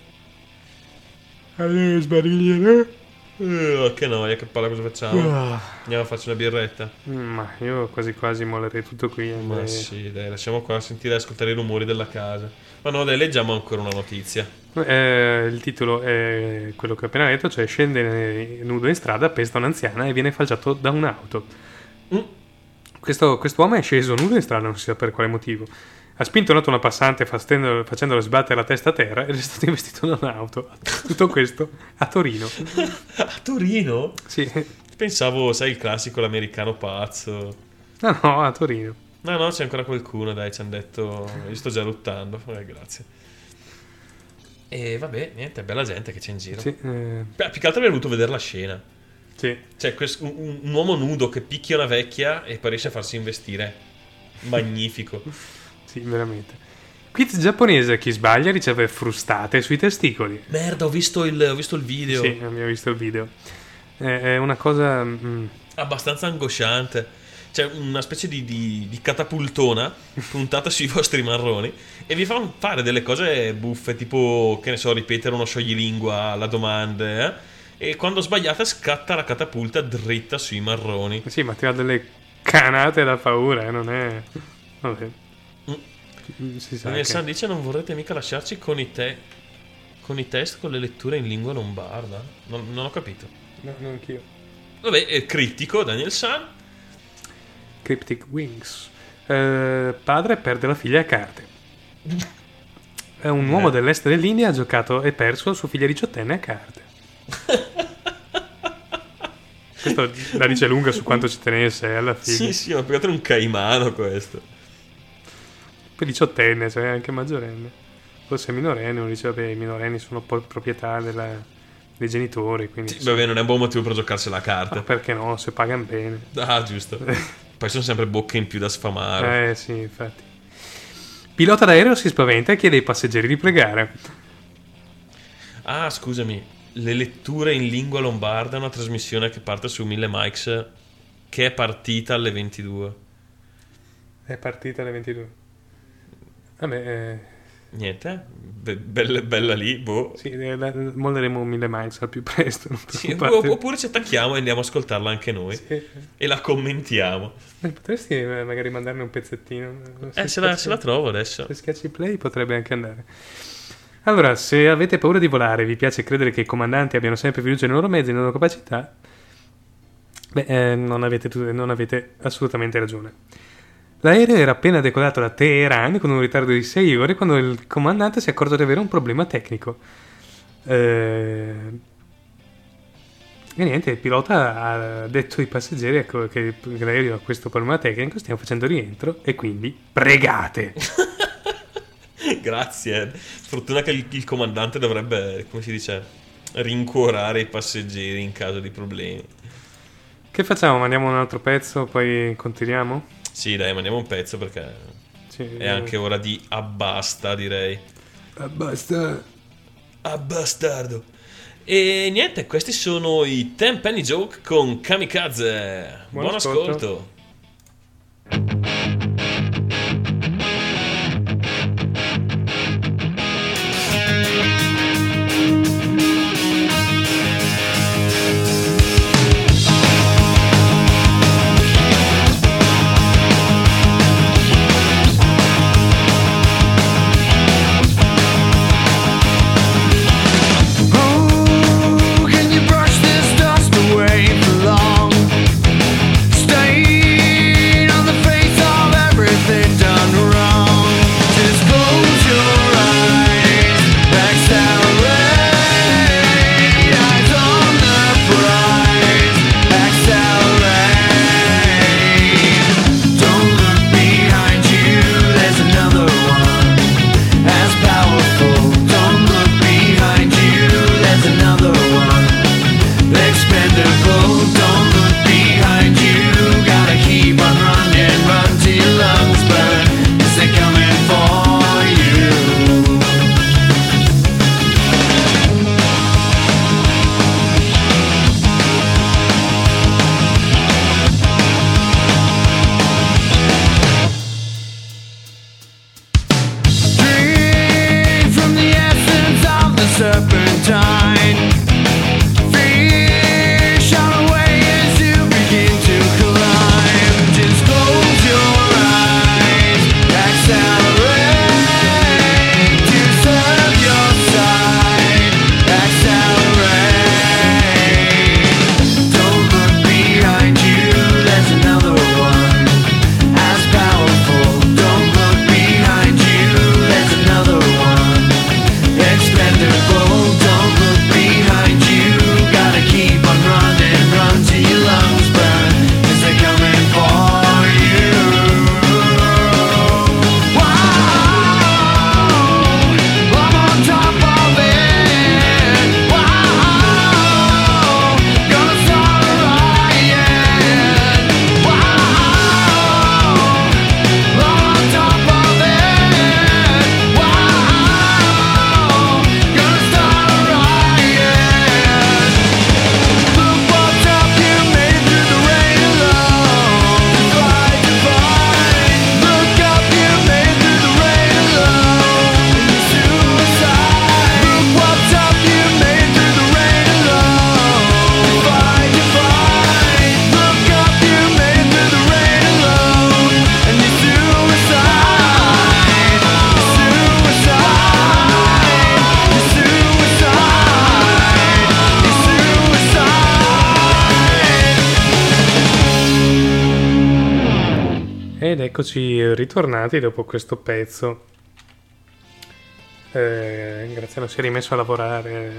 Allora sbarigliere. Uh, che noia, che palla, cosa facciamo? Andiamo a farci una birretta? Ma io quasi quasi mollerei tutto qui. e Ma andrei- sì, dai, lasciamo qua sentire e ascoltare i rumori della casa. Ma no, dai, leggiamo ancora una notizia. Eh, il titolo è quello che ho appena detto, cioè scende nudo in strada, pesta un'anziana e viene falciato da un'auto. Mm. Questo, quest'uomo è sceso nudo in strada, non si sa per quale motivo. Ha spintonato una passante facendo- facendolo sbattere la testa a terra ed è stato investito da un'auto. Tutto questo a Torino. A Torino? Sì, Pensavo, sai, il classico, l'americano pazzo. no, no, a Torino. No, no, c'è ancora qualcuno, dai, ci hanno detto... Io sto già ruttando, eh, grazie. E vabbè, niente, bella gente che c'è in giro. Sì, eh, Beh, più che altro avrei voluto vedere la scena. sì. Cioè, quest- un, un- un uomo nudo che picchia una vecchia e poi riesce a farsi investire. Magnifico. Sì, veramente. Quiz giapponese, a chi sbaglia riceve frustate sui testicoli. Merda, ho visto il, ho visto il video. Sì, abbiamo visto il video. È, è una cosa... mm, Abbastanza angosciante. C'è una specie di, di- di catapultona puntata sui vostri marroni e vi fa fare delle cose buffe, tipo, che ne so, ripetere uno scioglilingua alla domanda, eh? E quando sbagliate scatta la catapulta dritta sui marroni. sì, ma ti ha delle canate da paura, eh, non è... Vabbè. Mm, Si sa Daniel che... San dice: non vorrete mica lasciarci con i te con i test con le letture in lingua lombarda? Non, non ho capito. No, neanch'io. Vabbè, è critico Daniel San. Cryptic Wings. Eh, padre perde la figlia a carte. È un uomo Eh. dell'est dell'India ha giocato e perso sua figlia diciottenne a carte. Questo la dice lunga su quanto ci tenesse eh, alla figlia. Sì, sì, ma più che altro è un caimano questo. Poi diciottenne, cioè anche maggiorenne. Forse minorenne, uno dice vabbè i minorenni sono poi proprietà della- dei genitori, quindi Sì, vabbè, non è un buon motivo per giocarsela a carte. ma perché no, se pagano bene. Ah, giusto. Poi sono sempre bocche in più da sfamare. Eh sì, infatti. Pilota d'aereo si spaventa e chiede ai passeggeri di pregare. Ah, scusami. Le letture in lingua lombarda è una trasmissione che parte su mille mics che è partita alle ventidue. È partita alle ventidue. Vabbè, eh, Niente, eh? Be- bella, bella lì, boh. sì, eh, la- molleremo mille miles al più presto. Non Sì, preoccupate. oppure ci attacchiamo e andiamo a ascoltarla anche noi. Sì. E la commentiamo. Eh, Potresti eh, magari mandarmi un pezzettino? Eh, se la, se la trovo adesso. Se schiacci play potrebbe anche andare. Allora, se avete paura di volare e vi piace credere che i comandanti abbiano sempre fiducia nei loro mezzi e nelle loro capacità, beh, eh, non, avete, tu- non avete assolutamente ragione. L'aereo era appena decolato da Teheran con un ritardo di sei ore quando il comandante si è accorto di avere un problema tecnico. Eh, E niente, il pilota ha detto ai passeggeri ecco, che l'aereo ha questo problema tecnico, stiamo facendo rientro e quindi pregate. Grazie. Fortuna che il, il comandante dovrebbe, come si dice, rincuorare i passeggeri in caso di problemi. Che facciamo? Mandiamo un altro pezzo, poi continuiamo? Sì, dai, mandiamo un pezzo perché Sì, è anche ora di abbasta, direi. Basta. Abbastardo. E niente, questi sono i Ten Penny Joke con Kamikaze. Buon, Buon ascolto. ascolto. expendable. Don't look behind you, gotta keep on running, run till your lungs burn, 'cause they're coming for you. Drink from the essence of the serpentine. Fish on away as you begin to climb. Just close your eyes, accelerate to serve your side. Accelerate. Don't look behind you, there's another one as powerful. Don't look behind you, there's another one expendable. Don't look behind you, gotta keep on running, run till your lungs burn, 'cause they're coming for you. Wow, I'm on top of it. Wow, gonna start a riot. Wow, I'm on top of it. Wow, gonna start a riot. Look what's up, you made it through the rain alone. Fly to find. Look up, you made it through the rain alone. Suicide. Look what's up, you made it through the rain alone. Fly to find. Look up, you made it through the rain alone. And you suicide. Suicide. Suicide. Suicide. Ed eccoci ritornati dopo questo pezzo. Eh, Graziano si è rimesso a lavorare.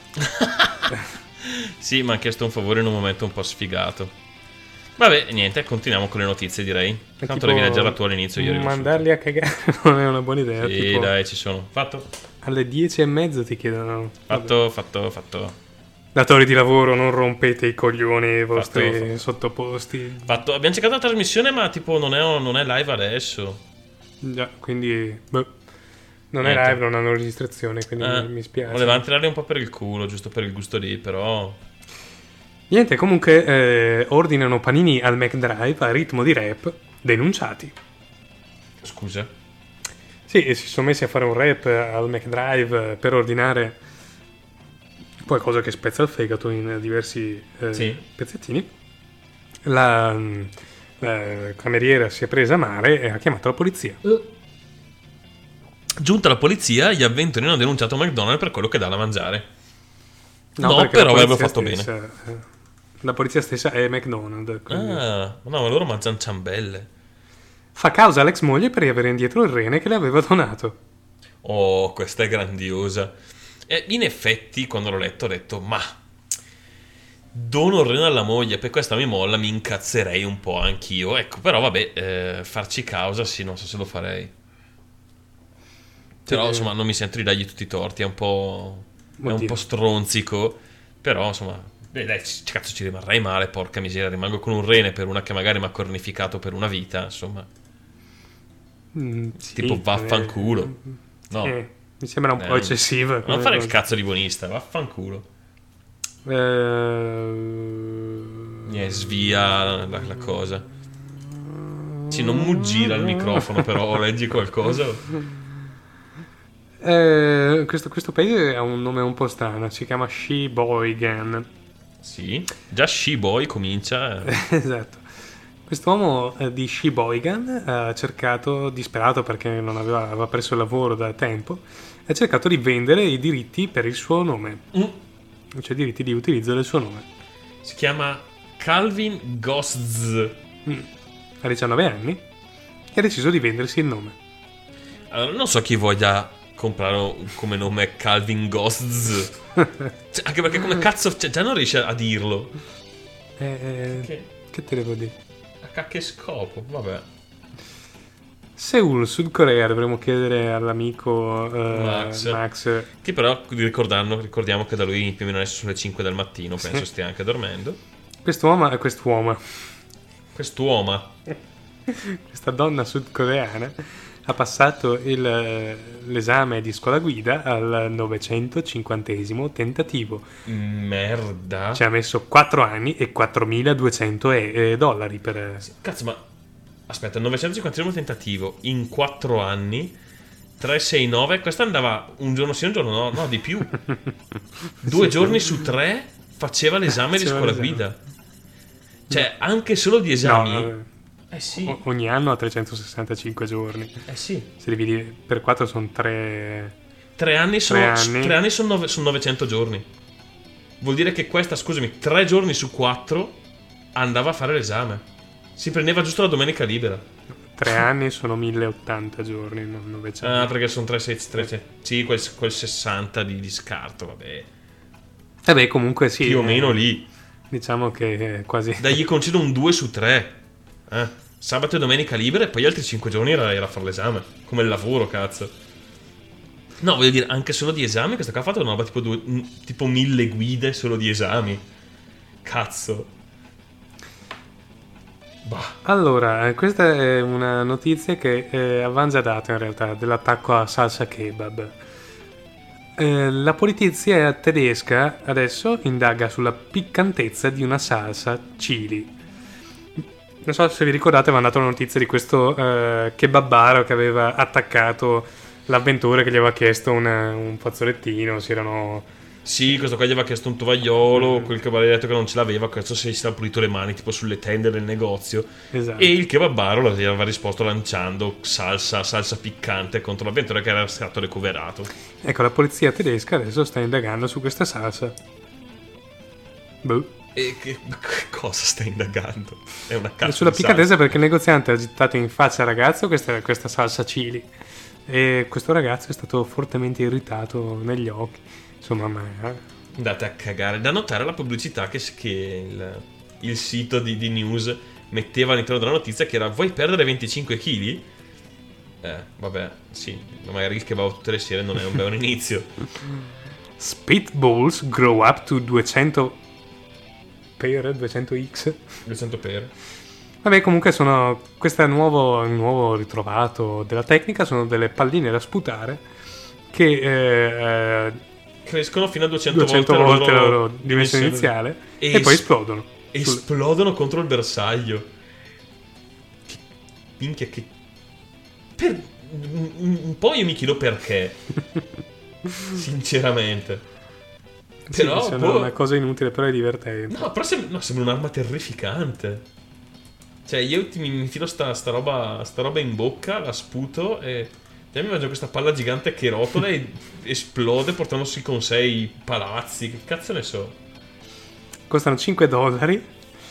Sì, mi ha chiesto un favore in un momento un po' sfigato. Vabbè, niente, continuiamo con le notizie, direi. È Tanto tipo devi leggerla tu all'inizio. Ieri mandarli a cagare non è una buona idea. Sì, tipo, dai, ci sono. Fatto, alle dieci e mezzo ti chiedono. fatto, fatto, fatto. Datori di lavoro, non rompete i coglioni ai vostri Fatto, fatto. sottoposti. Fatto. Abbiamo cercato la trasmissione, ma tipo non è, non è live adesso. Già, quindi boh, non è Niente. live, non hanno registrazione, quindi Eh, mi spiace. Volevamo tirarli un po' per il culo, giusto per il gusto lì, però. Niente, comunque eh, ordinano panini al McDrive a ritmo di rap, denunciati. Scusa. Sì, e si sono messi a fare un rap al McDrive per ordinare qualcosa che spezza il fegato in diversi eh, Sì. pezzettini. La, la cameriera si è presa a mare e ha chiamato la polizia. Giunta la polizia, gli avventori hanno denunciato McDonald's per quello che dà da mangiare. No, perché però la avrebbe polizia fatto bene. stessa, eh, La polizia stessa è McDonald's. quindi- Ah, no, ma loro mangiano ciambelle. Fa causa all'ex moglie per riavere indietro il rene che le aveva donato. Oh, questa è grandiosa. E in effetti, quando l'ho letto, ho detto, ma dono il rene alla moglie, per questa mi molla, mi incazzerei un po' anch'io. Ecco, però vabbè, eh, farci causa, sì, non so se lo farei. Però, Eh. insomma, non mi sento di dargli tutti i torti, è un po'... è un Oddio. po' stronzico, però, insomma... Beh, dai, c- cazzo, ci rimarrei male, porca miseria, rimango con un rene per una che magari mi ha cornificato per una vita, insomma. Mm, sì, Tipo, vaffanculo. No. eh, mi sembra un po' Eh, eccessiva. Non come fare il cosa. cazzo di buonista, vaffanculo. Eh, Eh, svia la, la cosa. Sì, non muggire al microfono, però leggi qualcosa. eh, questo, questo paese ha un nome un po' strano, si chiama Sheboygan. Sì, già She-Boy comincia. Esatto. Quest'uomo eh, di Sheboygan ha cercato, disperato perché non aveva, aveva perso il lavoro da tempo, ha cercato di vendere i diritti per il suo nome, Mm. cioè i diritti di utilizzo del suo nome. Si chiama Calvin Ghosts. Mm. Ha diciannove anni e ha deciso di vendersi il nome. Allora, non so chi voglia comprare un- come nome Calvin Ghosts. Cioè, anche perché come cazzo, cioè, già non riesce a dirlo. Eh, Che, che te devo dire? a che scopo? Vabbè. Seul, Sud Corea, dovremmo chiedere all'amico eh, Max. Max. Che però ricordiamo, ricordiamo che da lui più o meno adesso sono le cinque del mattino, penso Sì. stia anche dormendo. Quest'uomo, quest'uomo, Quest'uomo. questa donna sudcoreana ha passato il, eh, l'esame di scuola guida al novecentocinquantesimo tentativo. Merda. Ci ha messo quattro anni e quattromiladuecento e- eh, dollari per... Cazzo, ma aspetta, novecentocinquanta tentativo in quattro anni, trecentosessantanove. Questa andava un giorno sì, un giorno no, no, di più. Due Sì. giorni su tre faceva l'esame di Faceva scuola l'esame. guida. Cioè, anche solo di esami. No, eh, Eh sì, o- ogni anno ha trecentosessantacinque giorni. eh sì. Se dividi per quattro sono tre... Tre anni sono, Tre anni. tre anni sono, nove- sono novecento giorni. Vuol dire che questa, scusami, tre giorni su quattro andava a fare l'esame. Si prendeva giusto la domenica libera. Tre anni sono mille e ottanta giorni, non novecento. Ah, perché sono tre, sei, tre, sei. Sì, quel, quel sessanta di, di scarto, vabbè. Vabbè, comunque sì. Più o eh, meno lì. Diciamo che è quasi... Dai, gli concedo un due su tre. Eh. Sabato e domenica libera e poi gli altri cinque giorni era, era a fare l'esame. Come il lavoro, cazzo. No, voglio dire, anche solo di esami, questa qua ha fatto una roba tipo, due, m- tipo mille guide solo di esami. Cazzo. Bah. Allora, eh, questa è una notizia che eh, avevamo già dato in realtà, dell'attacco a salsa kebab. Eh, la polizia tedesca adesso indaga sulla piccantezza di una salsa chili. Non so se vi ricordate, aveva dato la notizia di questo eh, kebabaro che aveva attaccato l'avventore che gli aveva chiesto una- un fazzolettino, si erano... Sì, questo qua gli aveva chiesto un tovagliolo, quel che aveva detto che non ce l'aveva, questo si si era pulito le mani tipo sulle tende del negozio. Esatto. E il kebabaro gli aveva risposto lanciando salsa, salsa piccante contro l'avventore che era stato recuperato. Ecco, la polizia tedesca adesso sta indagando su questa salsa. Boh. E che, che cosa sta indagando? È una cazzo Sulla di piccantezza salsa. perché il negoziante ha gettato in faccia al ragazzo questa, questa salsa chili e questo ragazzo è stato fortemente irritato negli occhi. Insomma, ma Andate a cagare. Da notare la pubblicità che, che il, il sito di, di news metteva all'interno della notizia, che era: vuoi perdere venticinque chili? Eh, vabbè, sì, ma magari il kebab tutte le sere non è un buon inizio. Spitballs grow up to duecento per duecento x. duecento per. Vabbè, comunque sono questo nuovo, nuovo ritrovato della tecnica, sono delle palline da sputare che eh, eh, Crescono fino a duecento, duecento volte, volte la loro loro dimensione iniziale e, E poi es- esplodono. Sul- esplodono contro il bersaglio. Che minchia, che per un, un po' io mi chiedo perché. Sinceramente. Sì, Però sembra boh. una cosa inutile, però è divertente. No, però sem- no, sembra un'arma terrificante. Cioè, io ti- mi infilo sta, sta, roba, sta roba in bocca, la sputo e già mi immagino questa palla gigante che rotola e esplode portandosi con sé i palazzi. Che cazzo ne so? Costano cinque dollari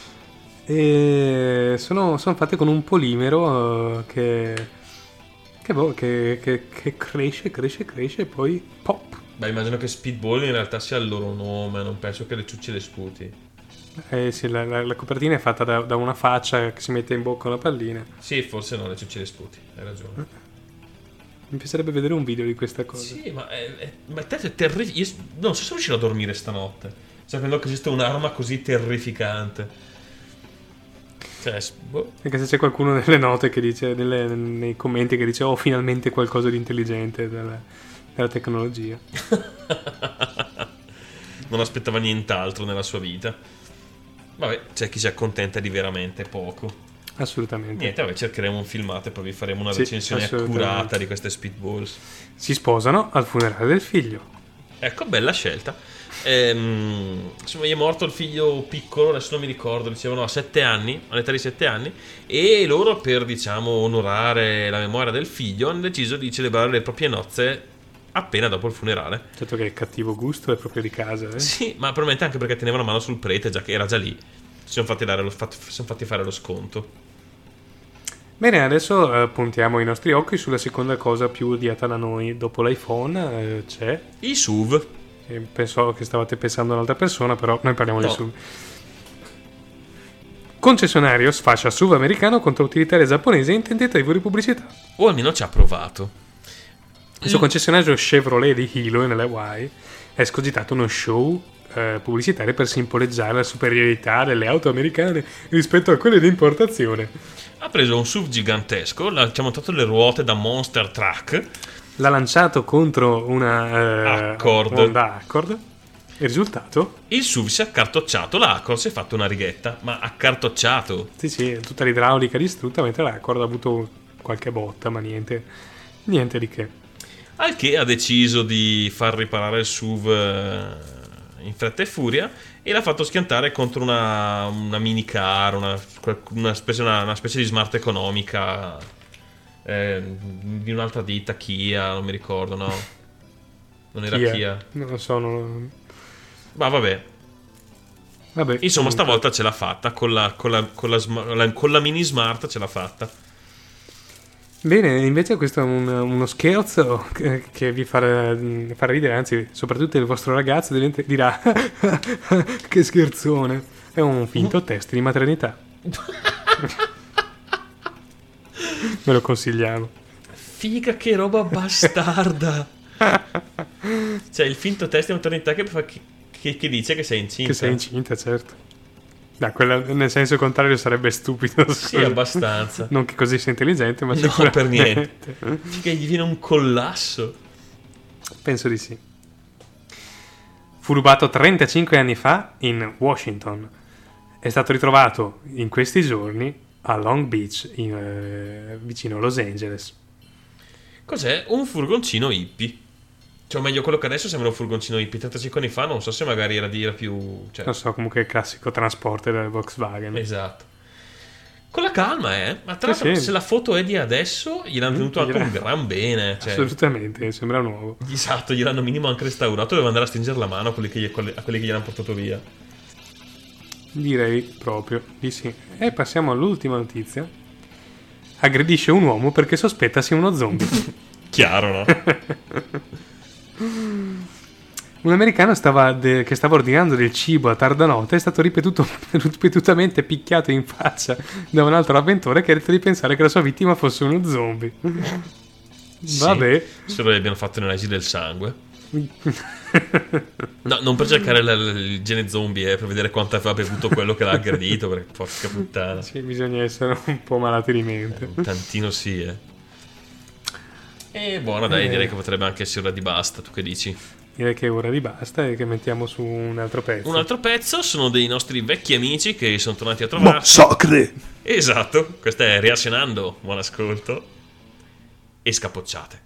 e sono, sono fatte con un polimero eh, che, che, boh, che, che, che cresce, cresce, cresce e poi pop. Beh, immagino che Speedball in realtà sia il loro nome, non penso che le ciucci le sputi. Eh sì, la, la- la copertina è fatta da, da una faccia che si mette in bocca una pallina. Sì, forse no, le ciucci le sputi, hai ragione. Mi piacerebbe vedere un video di questa cosa. Sì, ma è, è, ma è terrificante. Io non so se riuscirò a dormire stanotte, sapendo che esiste un'arma così terrificante. Cioè, s- boh. Anche se c'è qualcuno nelle note che dice, nelle- nei commenti che dice: oh, finalmente qualcosa di intelligente della, della tecnologia. Non aspettava nient'altro nella sua vita. Vabbè, c'è chi si accontenta di veramente poco. Assolutamente. Niente, vabbè, cercheremo un filmato e poi vi faremo una Sì, recensione assolutamente. accurata di queste Speedballs. Si sposano al funerale del figlio. Ecco, bella scelta. Ehm, insomma, gli è morto il figlio piccolo, adesso non mi ricordo, dicevano a sette anni, all'età di sette anni, e loro, per diciamo onorare la memoria del figlio, hanno deciso di celebrare le proprie nozze appena dopo il funerale. Certo che è cattivo gusto, è proprio di casa. Eh? Sì, ma probabilmente anche perché tenevano la mano sul prete, già che era già lì. Si sono fatti, dare lo, fat- si sono fatti fare lo sconto. Bene, adesso eh, puntiamo i nostri occhi sulla seconda cosa più odiata da noi. Dopo l'iPhone eh, c'è. I S U V. eh, Penso che stavate pensando a un'altra persona, però noi parliamo No. di su. Concessionario sfascia S U V americano contro utilitaria giapponese in tentativo di pubblicità. O almeno ci ha provato. Questo concessionario Chevrolet di Hilo nelle Hawaii è escogitato uno show eh, pubblicitario per simboleggiare la superiorità delle auto americane rispetto a quelle di importazione. Ha preso un S U V gigantesco, l'ha- ci ha montato le ruote da Monster Truck. L'ha lanciato contro una eh, Accord. Honda Accord. Il risultato? Il S U V si è accartocciato, la Accord si è fatto una righetta, ma accartocciato. Sì, sì, tutta l'idraulica distrutta, mentre l'Accord ha avuto qualche botta, ma niente, niente di che. Al che ha deciso di far riparare il S U V eh, in fretta e furia e l'ha fatto schiantare contro una, una minicar, una, una, specie, una, una specie di smart economica eh, di un'altra ditta, Kia, non mi ricordo, no? Non era Kia. Kia. Non lo so, non... Ma vabbè. Vabbè, Insomma, comunque. stavolta ce l'ha fatta, con la, con la, con la, sma- la- con la mini smart ce l'ha fatta. Bene, invece questo è un- uno scherzo che, che vi farà, farà ridere, anzi, soprattutto il vostro ragazzo diventa- dirà che scherzone, è un finto test di maternità. Me lo consigliamo. Figa, che roba bastarda. Cioè, il finto test di maternità che, fa- che, che- che dice che sei incinta. Che sei incinta, certo. No, quella, nel senso contrario sarebbe stupido. Sì, abbastanza. Non che così sia intelligente, ma No, sicuramente. per niente. Figa, gli viene un collasso. Penso di sì. Fu rubato trentacinque anni fa in Washington. È stato ritrovato in questi giorni a Long Beach, in, eh, vicino a Los Angeles. Cos'è? Un furgoncino hippie. Cioè, o meglio, quello che adesso sembra un furgoncino hippie. trentacinque anni fa non so se magari era, di, era più... Cioè... Non so, comunque il classico trasporter del Volkswagen. Esatto. Con la calma, eh. Ma tra Sì, l'altro, sì. se la foto è di adesso, gliel'hanno tenuto anche gliela- un gran bene. Cioè, Assolutamente, sembra nuovo. esatto, gliel'hanno minimo anche restaurato. Doveva andare a stringere la mano a quelli che, gli- a quelli che gliel'hanno portato via. Direi proprio di sì. E passiamo all'ultima notizia. Aggredisce un uomo perché sospetta sia uno zombie. Chiaro, no? Un americano stava de- che stava ordinando del cibo a tarda notte è stato ripetuto- ripetutamente picchiato in faccia da un altro avventore che ha detto di pensare che la sua vittima fosse uno zombie. Vabbè. Sì, spero che abbiano fatto analisi del sangue. No, non per cercare la- la- il gene zombie, eh, per vedere quanto aveva bevuto quello che l'ha aggredito, perché porca puttana. Sì, bisogna essere un po' malati di mente. Un tantino sì, eh. E buona, dai, Eh. direi che potrebbe anche essere ora di basta. Tu che dici? Direi che è ora di basta e che mettiamo su un altro pezzo. Un altro pezzo sono dei nostri vecchi amici che sono tornati a trovarci. Massacre! Esatto, questa è Reazionando. Buon ascolto. E scapocciate.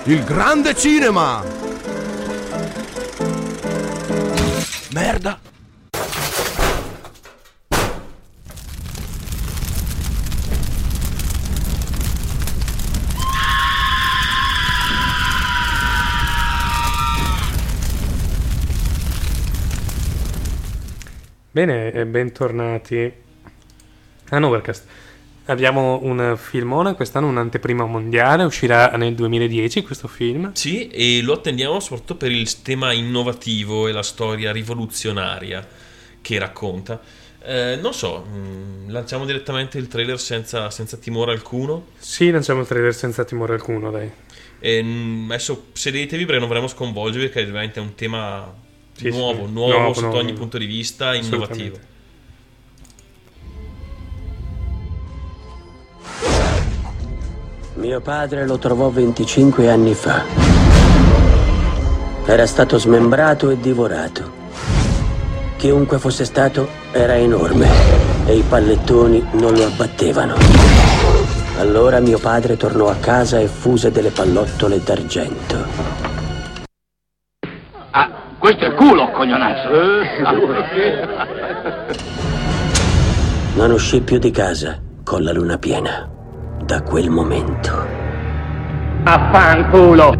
Il grande cinema! Merda! Bene, e bentornati a Novercast. Abbiamo un filmone quest'anno, un'anteprima mondiale, uscirà nel duemiladieci questo film. Sì, e lo attendiamo soprattutto per il tema innovativo e la storia rivoluzionaria che racconta. Eh, non so, mh, lanciamo direttamente il trailer senza, senza timore alcuno. Sì, lanciamo il trailer senza timore alcuno, dai. E, mh, adesso sedetevi perché non vorremmo sconvolgervi, perché è veramente un tema Sì, nuovo, sì. nuovo Nuovo, sotto nuovo. ogni punto di vista, innovativo. Assolutamente. Mio padre lo trovò venticinque anni fa. Era stato smembrato e divorato. Chiunque fosse stato era enorme e i pallettoni non lo abbattevano. Allora mio padre tornò a casa e fuse delle pallottole d'argento. Ah, questo è il culo, coglionazzo. Non uscì più di casa con la luna piena. Da quel momento. Affanculo.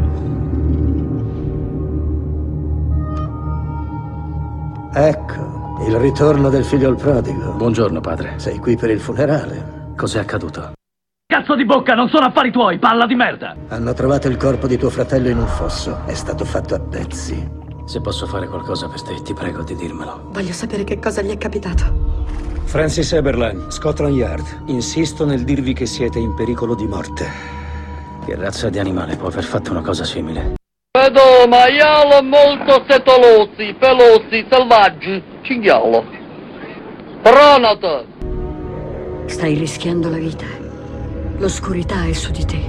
Ecco, il ritorno del figlio al prodigo. Buongiorno, padre. Sei qui per il funerale. Cos'è accaduto? Cazzo di bocca, non sono affari tuoi, palla di merda. Hanno trovato il corpo di tuo fratello in un fosso. È stato fatto a pezzi. Se posso fare qualcosa per te, ti prego di dirmelo. Voglio sapere che cosa gli è capitato. Francis Eberlein, Scotland Yard. Insisto nel dirvi che siete in pericolo di morte. Che razza di animale può aver fatto una cosa simile? Vedo maialo molto setolosi, pelosi, selvaggi, cinghialo. Pronto. Stai rischiando la vita. L'oscurità è su di te.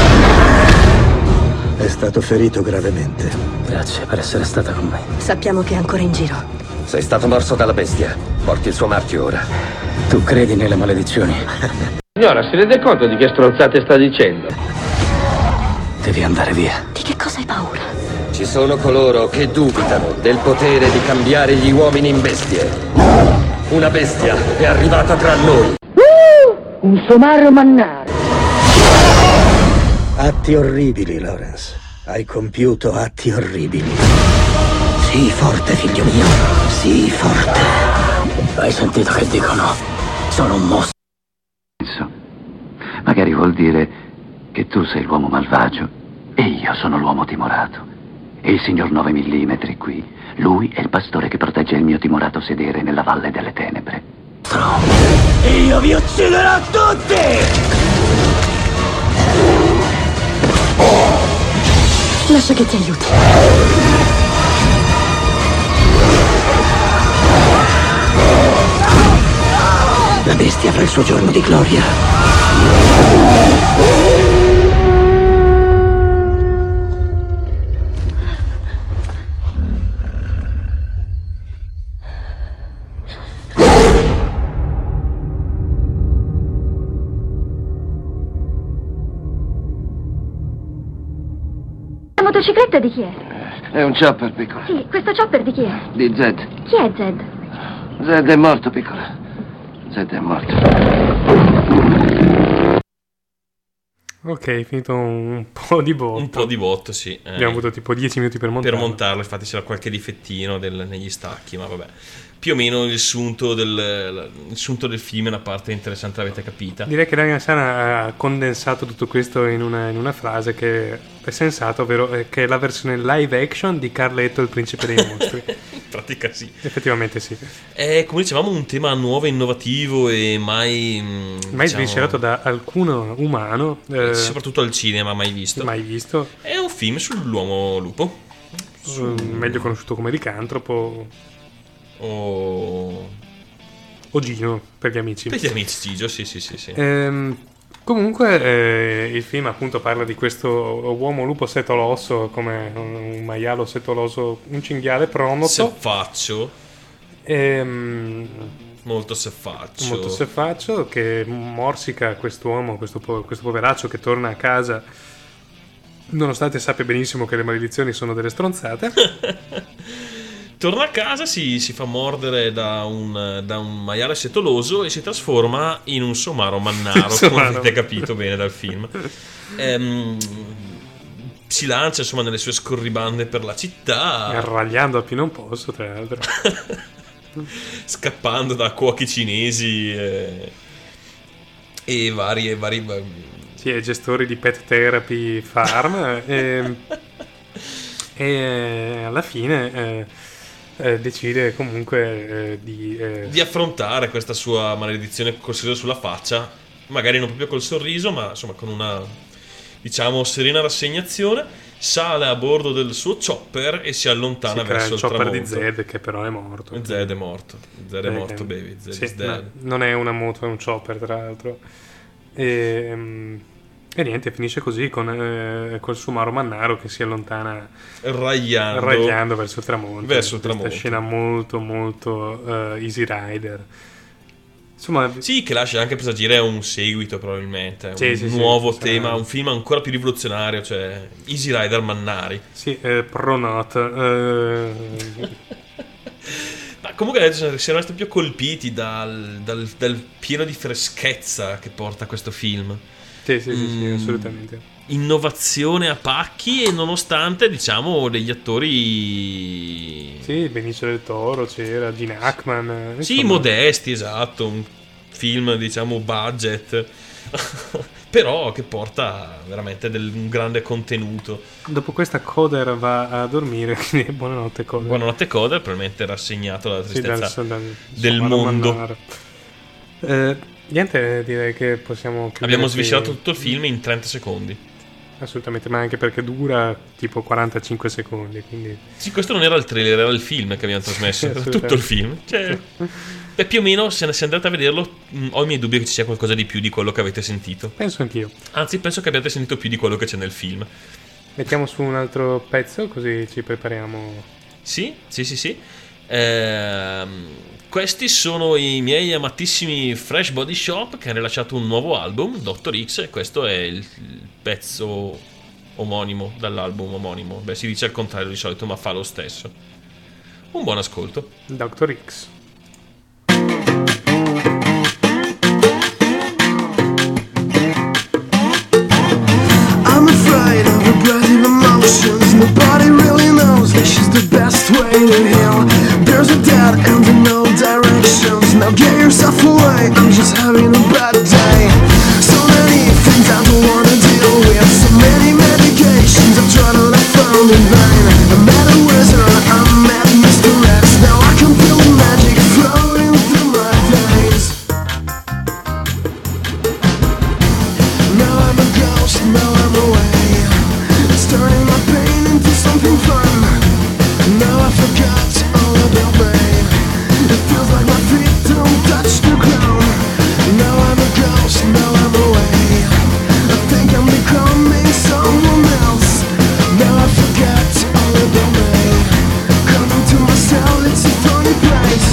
È stato ferito gravemente. Grazie per essere stata con me. Sappiamo che è ancora in giro. Sei stato morso dalla bestia. Porti il suo marchio ora. Tu credi nelle maledizioni? Signora, si rende conto di che stronzate sta dicendo? Devi andare via. Di che cosa hai paura? Ci sono coloro che dubitano del potere di cambiare gli uomini in bestie. Una bestia è arrivata tra noi. Uh, un somaro mannare. Atti orribili, Lawrence. Hai compiuto atti orribili. Sii forte, figlio mio. Sii forte. Hai sentito che dicono? Sono un mostro. Magari vuol dire che tu sei l'uomo malvagio e io sono l'uomo timorato. E il signor nove millimetri qui, lui è il pastore che protegge il mio timorato sedere nella valle delle tenebre. Io vi ucciderò tutti! Lascia che ti aiuti. La bestia avrà il suo giorno di gloria. La motocicletta di chi è? È un chopper, piccola. Sì, questo chopper di chi è? Di Zed. Chi è Zed? Zed è morto, piccola. Zed è morto. Ok, finito un po' di botto. Un po' di botto, sì. Eh, Abbiamo avuto tipo dieci minuti per montarlo. Per montarlo, infatti c'era qualche difettino del- negli stacchi, ma vabbè. Più o meno il sunto del, il sunto del film è una parte interessante, l'avete capita. Direi che Daniel Sana ha condensato tutto questo in una, in una frase che è sensata, ovvero eh, che è la versione live action di Carletto, il principe dei mostri. In pratica sì. Effettivamente sì. È, come dicevamo, un tema nuovo, innovativo e mai... mh, Mai diciamo, sviscerato da alcun umano. eh, soprattutto al cinema, mai visto. Mai visto. È un film sull'uomo lupo. Su- meglio conosciuto come licantropo. O... O Gino, per gli amici. Per gli amici Gigio, sì, sì, sì. sì. Ehm, comunque eh, il film appunto parla di questo uomo lupo setoloso, come un maialo setoloso, un cinghiale pronoto. Seffaccio. Ehm, Molto seffaccio. molto seffaccio, che morsica quest'uomo, questo, po- questo poveraccio che torna a casa Nonostante sappia benissimo che le maledizioni sono delle stronzate. Torna a casa, si, si fa mordere da un, da un maiale setoloso e si trasforma in un somaro mannaro, come Somaro. avete capito bene dal film. Ehm, si lancia insomma nelle sue scorribande per la città, Arragliando a più non posso, tra l'altro. scappando da cuochi cinesi e, e vari, vari Sì, è gestori di pet therapy farm. e, e alla fine eh, eh, decide comunque eh, di... eh, di affrontare questa sua maledizione col sorriso sulla faccia, magari non proprio col sorriso, ma insomma con una, diciamo, serena rassegnazione. Sale a bordo del suo chopper e si allontana si crea verso il il chopper tramonto. di Zed, che però è morto. Zed è morto. Zed è Eh, morto, baby. Zed sì, is dead. no, non è una moto, è un chopper, tra l'altro. E, mm, e niente, finisce così con eh, col Sumaro Mannaro che si allontana Ragliando. ragliando verso il tramonto. Verso il Questa tramonto. scena molto molto eh, Easy Rider. Insomma, Sì, che lascia anche presagire un seguito probabilmente, Sì, un sì, sì, nuovo sarà- tema, un film ancora più rivoluzionario, cioè Easy Rider Mannari. sì, eh, pro not. eh, Ma comunque adesso siamo rimasti più colpiti dal, dal- dal pieno di freschezza che porta questo film. sì, sì, sì, sì, Mm. assolutamente. Innovazione a pacchi e nonostante, diciamo, degli attori Sì, Benicio del Toro c'era, Gene Hackman. eh, sì, insomma. modesti, esatto, un film, diciamo, budget, però che porta veramente del, un grande contenuto. Dopo questa Coder va a dormire, quindi buonanotte Coder. Buonanotte Coder, probabilmente rassegnato dalla Sì, tristezza dal- dal- del Somaro mondo. Mannaro. Eh, niente, direi che possiamo chiudere Abbiamo qui. sviscerato tutto il film in trenta secondi. Assolutamente, ma anche perché dura tipo quarantacinque secondi, quindi... Sì, questo non era il trailer, era il film che abbiamo trasmesso, era Assolutamente. tutto il film. Cioè, beh, più o meno, se se andate a vederlo, mh, ho i miei dubbi che ci sia qualcosa di più di quello che avete sentito. Penso anch'io. Anzi, penso che abbiate sentito più di quello che c'è nel film. Mettiamo su un altro pezzo così ci prepariamo. Sì, sì, sì, sì. Ehm, questi sono i miei amatissimi Fresh Body Shop che hanno rilasciato un nuovo album, Doctor X, e questo è il, il pezzo omonimo dall'album omonimo. Beh, si dice al contrario di solito, ma fa lo stesso. Un buon ascolto. Doctor X. I'm afraid of aggressive emotions. Nobody really knows which is the best way to heal. There's a dead end in no directions. Now get yourself away, I'm just having a bad day. So many things I don't wanna deal with. So many medications I've tried and I found in vain. I met a wizard, I met Mister X. Now I can feel the magic flowing through my veins. Now I'm a ghost, now I'm away. It's turning my pain into something fun. Now I forgot all about me. It feels like my feet don't touch the ground. Now I'm a ghost, now I'm away. I think I'm becoming someone else. Now I forget all about me. Coming to myself, it's a funny place.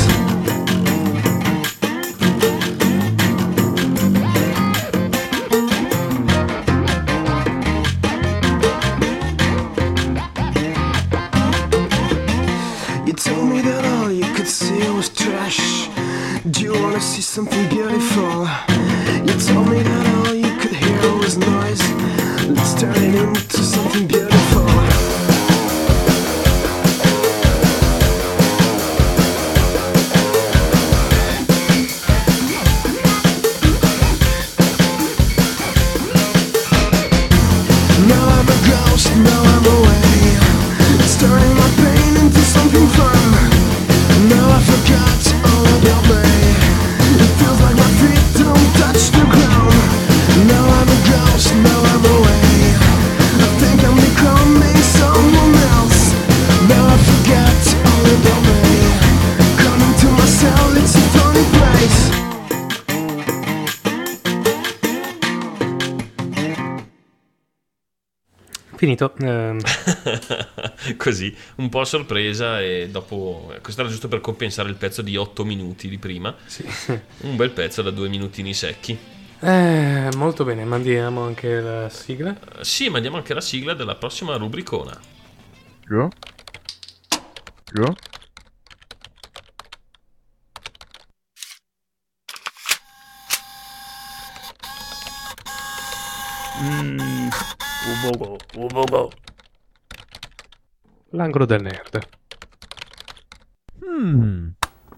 You told me that all you could see was trash. Do you wanna see something beautiful? You told me that all you could hear was noise. Let's turn it into something beautiful. Now I'm a ghost, now I'm away. It's turning my pain into something fun. Now I forgot all about me. It feels like my feet don't touch the ground. Now I'm a ghost, now I'm away. I think I'm becoming someone else. Now I forget all about me. Coming to myself, it's a funny place. Finito. ehm, Così, un po' a sorpresa e dopo... Questo era giusto per compensare il pezzo di otto minuti di prima. Sì. Un bel pezzo da due minutini secchi. Eh, molto bene, mandiamo anche la sigla. Uh, sì, mandiamo anche la sigla della prossima rubricona. Go. Go. Mm, ubogo, ubogo. L'angolo del nerd. Hmm.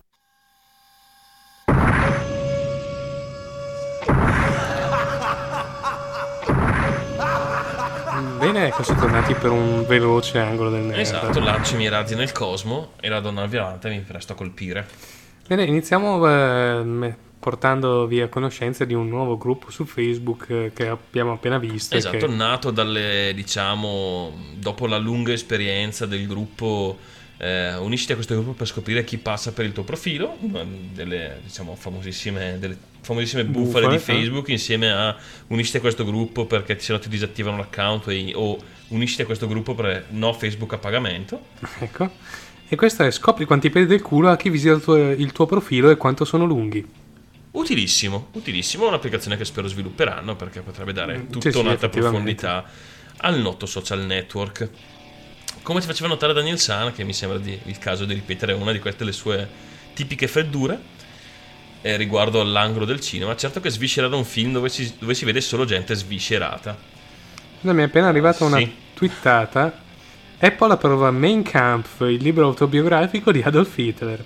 Bene, ecco, siamo tornati per un veloce angolo del nerd. Esatto, lancio i miei razzi nel cosmo e la donna violante mi presto a colpire. Bene, iniziamo eh, me- portandovi a conoscenza di un nuovo gruppo su Facebook eh, che abbiamo appena visto. Esatto, che... nato dalle, diciamo, dopo la lunga esperienza del gruppo, eh, unisciti a questo gruppo per scoprire chi passa per il tuo profilo, una delle, diciamo, famosissime, delle famosissime bufale, Bufale, di Facebook, eh. insieme a unisciti a questo gruppo perché se no ti disattivano l'account e, o unisciti a questo gruppo per no Facebook a pagamento. Ecco, e questo è scopri quanti peli del culo a chi visita il tuo, il tuo profilo e quanto sono lunghi. Utilissimo, utilissimo, è un'applicazione che spero svilupperanno perché potrebbe dare tutta Sì, sì, un'altra effettivamente. profondità al noto social network. Come ti faceva notare Daniel San, che mi sembra di, il caso di ripetere una di queste le sue tipiche freddure eh, riguardo all'angolo del cinema, certo che sviscerare un film dove si, dove si vede solo gente sviscerata. Mi è appena arrivata una Sì. twittata. Apple approva Mein Kampf, il libro autobiografico di Adolf Hitler.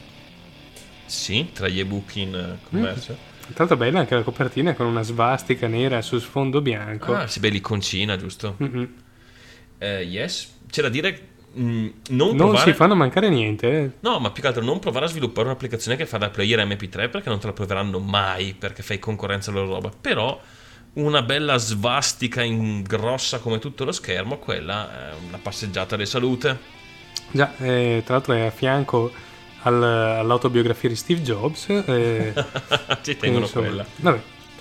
Sì, tra gli ebook in eh, commercio. Tra l'altro bella anche la copertina con una svastica nera su sfondo bianco. Ah, si vede l'iconcina, giusto? Mm-mm. Eh, yes, c'è da dire mh, non Non provare... si fanno mancare niente. eh. No, ma più che altro non provare a sviluppare un'applicazione che fa da player emme pi tre perché non te la proveranno mai perché fai concorrenza alla loro roba. Però una bella svastica in grossa come tutto lo schermo, quella è una passeggiata di salute. Già, eh, tra l'altro è a fianco al- all'autobiografia di Steve Jobs. eh, Ci tengono insomma, quella. Vabbè.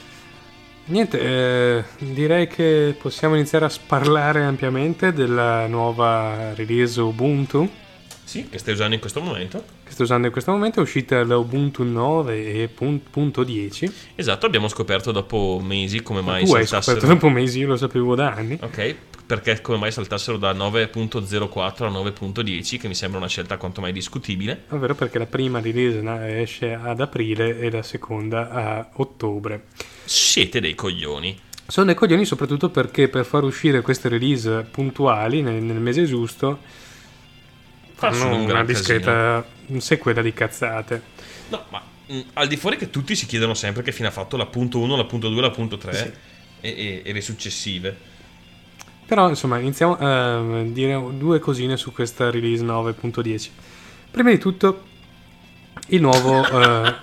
Niente, eh, direi che possiamo iniziare a parlare ampiamente della nuova release Ubuntu Sì, che stai usando in questo momento. che sto usando in questo momento. È uscita la Ubuntu nove punto dieci. Esatto, abbiamo scoperto dopo mesi come mai Tu hai saltassero... scoperto dopo mesi, io lo sapevo da anni. Ok, perché come mai saltassero da nove punto zero quattro a nove punto dieci, che mi sembra una scelta quanto mai discutibile. Ovvero perché la prima release na- esce ad aprile e la seconda a ottobre. Siete dei coglioni. Sono dei coglioni soprattutto perché per far uscire queste release puntuali nel, nel mese giusto Fa solo fanno un una gran discreta sequela di cazzate. No, ma mh, al di fuori che tutti si chiedono sempre che fine ha fatto la punto uno, la punto due, la punto tre Sì. e, e- e le successive. Però insomma iniziamo a dire due cosine su questa release nove punto dieci. Prima di tutto il nuovo eh,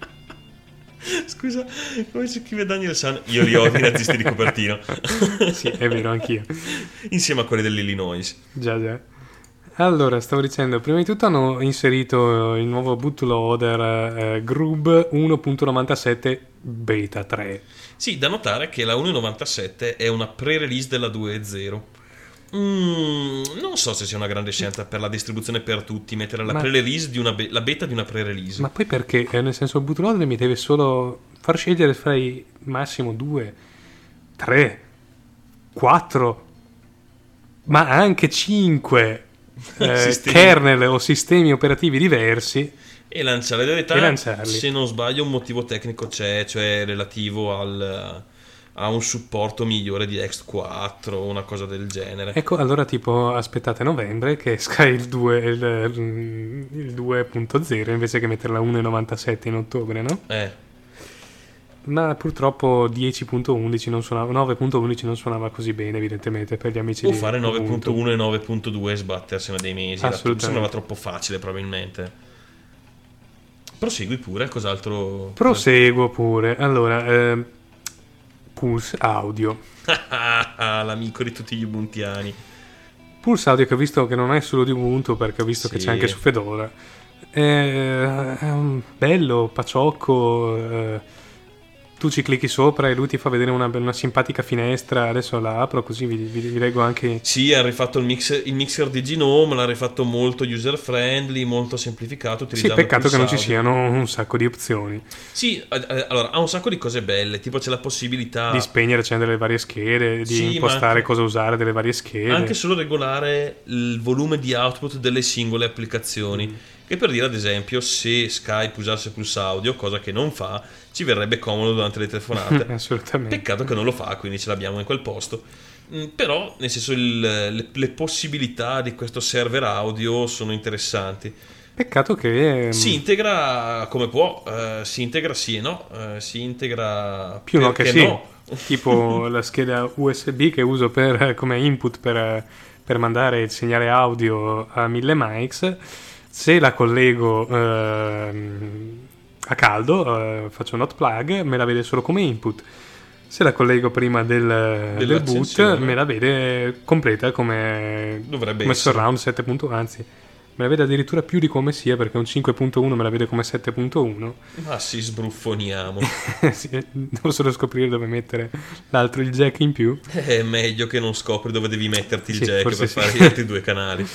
Scusa, come si scrive Daniel San? Io li odio i nazisti di Cupertino. Sì, è vero, anch'io. Insieme a quelli dell'Illinois. Già, già. Allora, stavo dicendo, prima di tutto hanno inserito il nuovo bootloader eh, Grub uno punto novantasette Beta tre. Sì, da notare che la uno punto novantasette è una pre-release della due punto zero. Mm, non so se sia una grande scelta per la distribuzione per tutti mettere la Ma- pre-release di una be- la beta di una pre-release. Ma poi perché? Eh, nel senso, il bootloader mi deve solo far scegliere fra i massimo due, tre, quattro, ma anche cinque eh, Sistemi. kernel o sistemi operativi diversi. E lanciare in realtà, E lanciarli. se non sbaglio, un motivo tecnico c'è, cioè relativo al, a un supporto migliore di X quattro o una cosa del genere. Ecco, allora tipo aspettate novembre che esca il due, il, il due punto zero invece che mettere la uno punto novantasette in ottobre, no? Eh, Ma purtroppo dieci punto undici non suonava, nove punto undici non suonava così bene, evidentemente, per gli amici o di fare nove punto uno Ubuntu. e nove punto due e sbattersene dei mesi. Era- Assolutamente. sembrava troppo facile, probabilmente. Prosegui pure, cos'altro? Proseguo pure. Allora, ehm, Pulse Audio. L'amico di tutti gli ubuntiani. Pulse Audio che ho visto che non è solo di Ubuntu, perché ho visto che Sì. c'è anche su Fedora. È, è un bello, paciocco, eh, tu ci clicchi sopra e lui ti fa vedere una, una simpatica finestra. Adesso la apro così vi, vi, vi leggo anche. Sì, ha rifatto il, mix, il mixer di Genome, l'ha rifatto molto user friendly, molto semplificato. Sì, peccato che non ci siano un sacco di opzioni. Sì, allora ha un sacco di cose belle, tipo c'è la possibilità di spegnere, accendere le varie schede, di sì, impostare anche, cosa usare delle varie schede. Anche solo regolare il volume di output delle singole applicazioni. Mm. Che per dire, ad esempio, se Skype usasse Pulse Audio, cosa che non fa, ci verrebbe comodo durante le telefonate. Assolutamente. Peccato che non lo fa, quindi ce l'abbiamo in quel posto. Mm, però, nel senso, il, le, le possibilità di questo server audio sono interessanti. Peccato che... Si integra come può, uh, si integra sì e no, uh, si integra più no che sì. No. Tipo la scheda U S B che uso per, come input per, per mandare il segnale audio a mille mics. Se la collego eh, a caldo, eh, faccio un hot plug, me la vede solo come input. Se la collego prima del, del boot, me la vede completa come, come surround sette punto uno, anzi me la vede addirittura più di come sia, perché un cinque punto uno me la vede come sette punto uno. Ma si sbruffoniamo. Sì, devo solo scoprire dove mettere l'altro, il jack in più. È meglio che non scopri dove devi metterti il sì, jack per sì. fare gli altri due canali.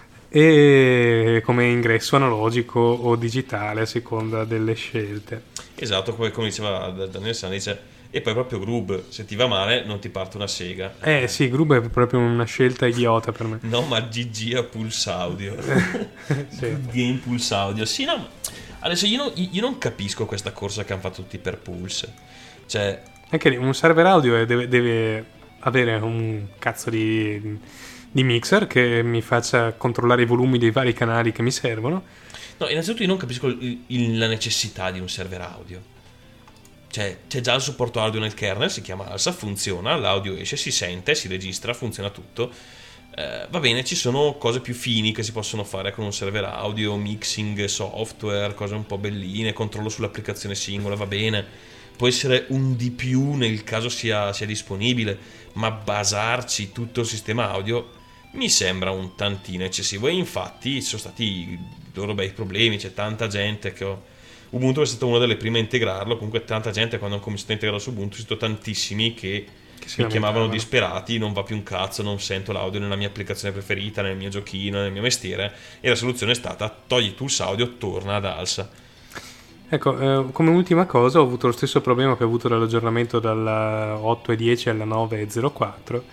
E come ingresso analogico o digitale a seconda delle scelte. Esatto, come, come diceva Daniel San, dice, e poi proprio Grub, se ti va male non ti parte una sega. Eh sì, Grub è proprio una scelta idiota per me. No, ma G G a Pulse Audio. Sì. Game Pulse Audio. Sì, no, adesso io non, io non capisco questa corsa che hanno fatto tutti per Pulse. Cioè, anche lì, un server audio deve, deve avere un cazzo di, di mixer che mi faccia controllare i volumi dei vari canali che mi servono. No, innanzitutto io non capisco il, il, la necessità di un server audio. Cioè, c'è già il supporto audio nel kernel, si chiama ALSA, funziona, l'audio esce, si sente, si registra, funziona tutto. Eh, va bene, ci sono cose più fini che si possono fare con un server audio, mixing software, cose un po' belline, controllo sull'applicazione singola, va bene. Può essere un di più nel caso sia, sia disponibile, ma basarci tutto il sistema audio mi sembra un tantino eccessivo. E infatti ci sono stati loro bei problemi, c'è tanta gente che ho... Ubuntu è stata una delle prime a integrarlo, comunque tanta gente quando hanno cominciato a integrarlo su Ubuntu, sono tantissimi che, che mi chiamavano disperati, non va più un cazzo, non sento l'audio nella mia applicazione preferita, nel mio giochino, nel mio mestiere, e la soluzione è stata togli il Pulse Audio, torna ad ALSA. Ecco, eh, come ultima cosa ho avuto lo stesso problema che ho avuto dall'aggiornamento dalla otto e dieci alla nove e zero quattro,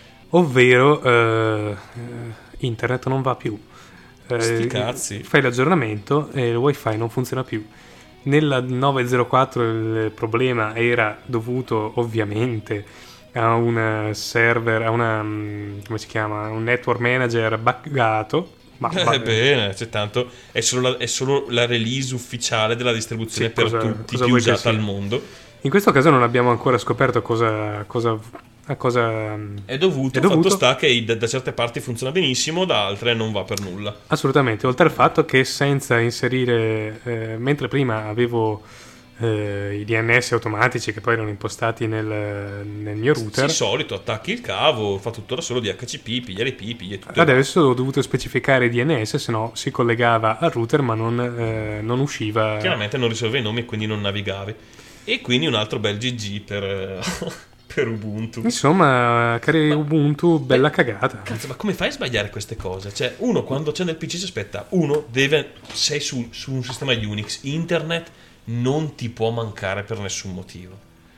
ovvero eh, internet non va più. Eh, Sti cazzi. Fai l'aggiornamento e il wifi non funziona più. Nella nove e zero quattro il problema era dovuto ovviamente a un server, a una, come si chiama, un network manager buggato. Ma eh, bene, c'è tanto, è solo, la, è solo la release ufficiale della distribuzione sì, per cosa, tutti, cosa più usata al mondo. In questo caso non abbiamo ancora scoperto cosa, cosa, a cosa è dovuto. È dovuto. Fatto sta che da, da certe parti funziona benissimo, da altre non va per nulla. Assolutamente, oltre al fatto che senza inserire, eh, mentre prima avevo eh, i D N S automatici che poi erano impostati nel, nel mio router. Sì, solito, attacchi il cavo, fa tutto da solo D H C P, piglia i P, piglia tutto. Adesso ho dovuto specificare il D N S, se no si collegava al router ma non, eh, non usciva. Chiaramente non risolve i nomi e quindi non navigavi. E quindi un altro bel G G per, per Ubuntu. Insomma, cari ma, Ubuntu, bella beh, cagata. Cazzo, ma come fai a sbagliare queste cose? Cioè, uno quando c'è nel P C si aspetta, uno deve, sei su, su un sistema Unix, internet non ti può mancare per nessun motivo.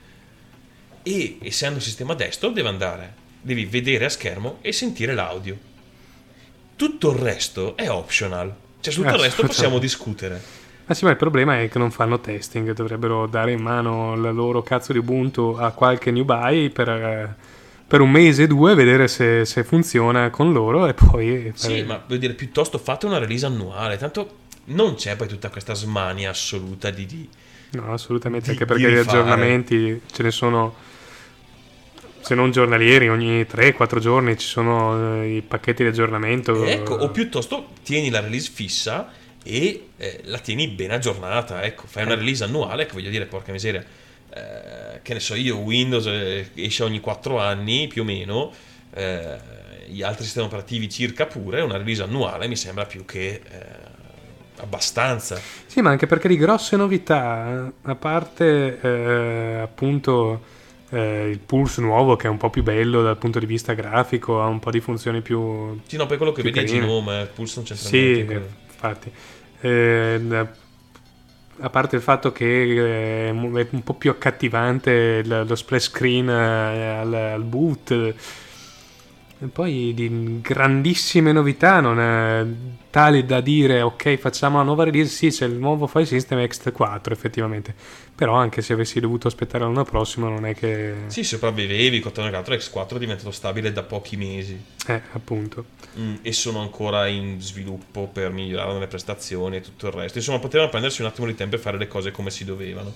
E essendo un sistema desktop deve andare, devi vedere a schermo e sentire l'audio. Tutto il resto è optional. Cioè, su tutto il resto possiamo discutere. Ma sì, ma il problema è che non fanno testing, dovrebbero dare in mano la loro cazzo di Ubuntu a qualche newbie per, per un mese o due, vedere se, se funziona con loro e poi... Sì, fare... ma vuol dire, piuttosto fate una release annuale, tanto non c'è poi tutta questa smania assoluta di... di no, assolutamente, di, anche perché gli aggiornamenti ce ne sono, se non giornalieri, ogni tre quattro giorni ci sono eh, i pacchetti di aggiornamento. Ecco, o piuttosto tieni la release fissa e eh, la tieni ben aggiornata, ecco, fai una release annuale, che voglio dire, porca miseria, eh, che ne so io, Windows eh, esce ogni quattro anni più o meno, eh, gli altri sistemi operativi circa pure, una release annuale mi sembra più che eh, abbastanza. Sì, ma anche perché di grosse novità, a parte eh, appunto eh, il Pulse nuovo che è un po' più bello dal punto di vista grafico, ha un po' di funzioni più... Sì, no, poi quello che più vedi è carine. Genome, il Pulse non c'entra Sì, niente. eh, infatti. Eh, a parte il fatto che eh, è un po' più accattivante il- lo splash screen eh, al, al boot, e poi di grandissime novità, non è tale da dire ok, facciamo la nuova release. Sì, c'è il nuovo file system X T quattro effettivamente, però anche se avessi dovuto aspettare l'anno prossimo non è che... Sì, sopravvivevi, con l'altro X quattro è diventato stabile da pochi mesi. Eh, appunto. Mm, e sono ancora in sviluppo per migliorare le prestazioni e tutto il resto. Insomma, potevano prendersi un attimo di tempo e fare le cose come si dovevano.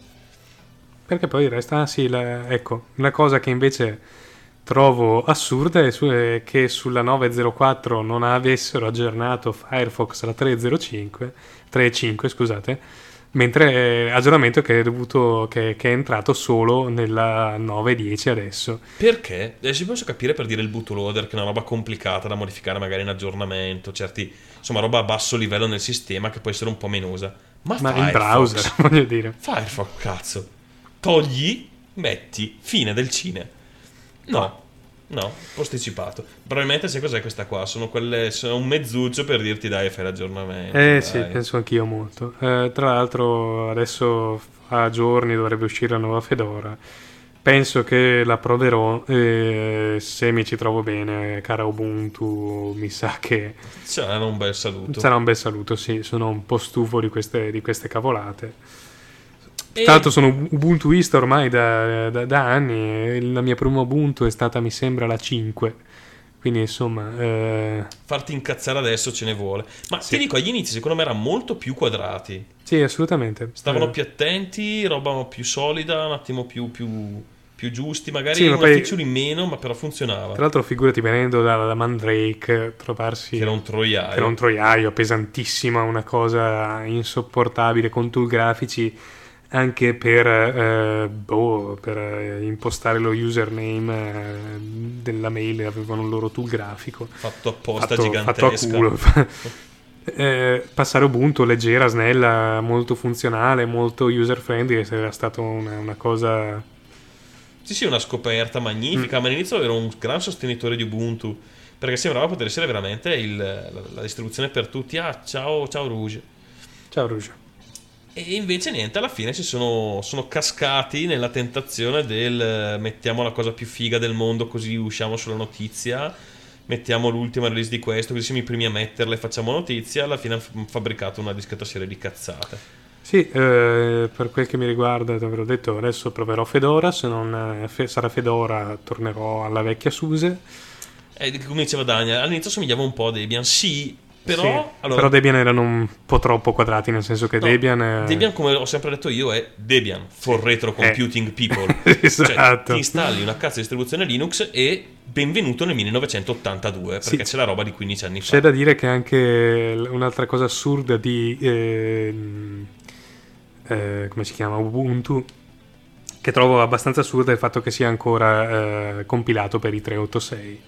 Perché poi resta, ah, sì, la- ecco, una cosa che invece trovo assurda è, su- è che sulla nove zero quattro non avessero aggiornato Firefox alla tre zero cinque, tre punto cinque, scusate, mentre è aggiornamento che è, dovuto, che, che è entrato solo nella nove dieci adesso. Perché? Eh, si posso capire per dire il bootloader, che è una roba complicata da modificare magari in aggiornamento, certi, insomma, roba a basso livello nel sistema che può essere un po' menosa. Ma, Ma in Firefox, browser, voglio dire. Firefox, cazzo. Togli, metti, fine del cine. No, no, posticipato. Probabilmente sai cos'è questa qua? Sono quelle, sono un mezzuccio per dirti dai, fai l'aggiornamento. Eh dai. sì, penso anch'io molto. Eh, tra l'altro adesso a giorni dovrebbe uscire la nuova Fedora. Penso che la proverò e se mi ci trovo bene, cara Ubuntu, mi sa che Sarà un bel saluto. sarà un bel saluto, sì. Sono un po' stufo di queste, di queste cavolate. E- Tra l'altro sono Ubuntuista ormai da, da- da anni e la mia prima Ubuntu è stata, mi sembra, la cinque. Quindi insomma... eh, Farti incazzare adesso ce ne vuole. Ma Sì. ti dico, agli inizi secondo me erano molto più quadrati. sì, assolutamente. Stavano Eh, più attenti, roba più solida, un attimo più, più, più giusti. Magari Sì, ma una poi- feature in meno, ma però funzionava. Tra l'altro figurati venendo da, da Mandrake, trovarsi... Che era un troiaio. che era un troiaio pesantissima, una cosa insopportabile, con tool grafici anche per, eh, boh, per eh, impostare lo username eh, della mail, avevano il loro tool grafico Fatto apposta, fatto, gigantesca. fatto a culo. Eh, passare Ubuntu leggera, snella, molto funzionale, molto user friendly, era stata una, una cosa... Sì, sì, una scoperta magnifica. Mm. Ma all'inizio ero un gran sostenitore di Ubuntu, perché sembrava poter essere veramente il- la, la distribuzione per tutti. Ah, ciao, ciao Rouge. Ciao Rouge. E invece niente, alla fine si sono, sono cascati nella tentazione del eh, mettiamo la cosa più figa del mondo così usciamo sulla notizia, mettiamo l'ultima release di questo così siamo i primi a metterla e facciamo notizia. Alla fine hanno fabbricato una discreta serie di cazzate. Sì, eh, per quel che mi riguarda, te ve l'ho detto, adesso proverò Fedora, se non eh, fe- sarà Fedora tornerò alla vecchia SUSE. E come diceva Daniel, all'inizio somigliava un po' a Debian, sì, però... Sì, allora, però Debian erano un po' troppo quadrati, nel senso che no, Debian... è- Debian, come ho sempre detto io, è Debian for retro computing people. Esatto. Cioè, ti installi una cazzo di distribuzione Linux e benvenuto nel millenovecentottantadue, perché Sì. c'è la roba di quindici anni fa. C'è da dire che anche l- un'altra cosa assurda di... ehm, eh, come si chiama? Ubuntu, che trovo abbastanza assurda è il fatto che sia ancora eh, compilato per i trecentoottantasei.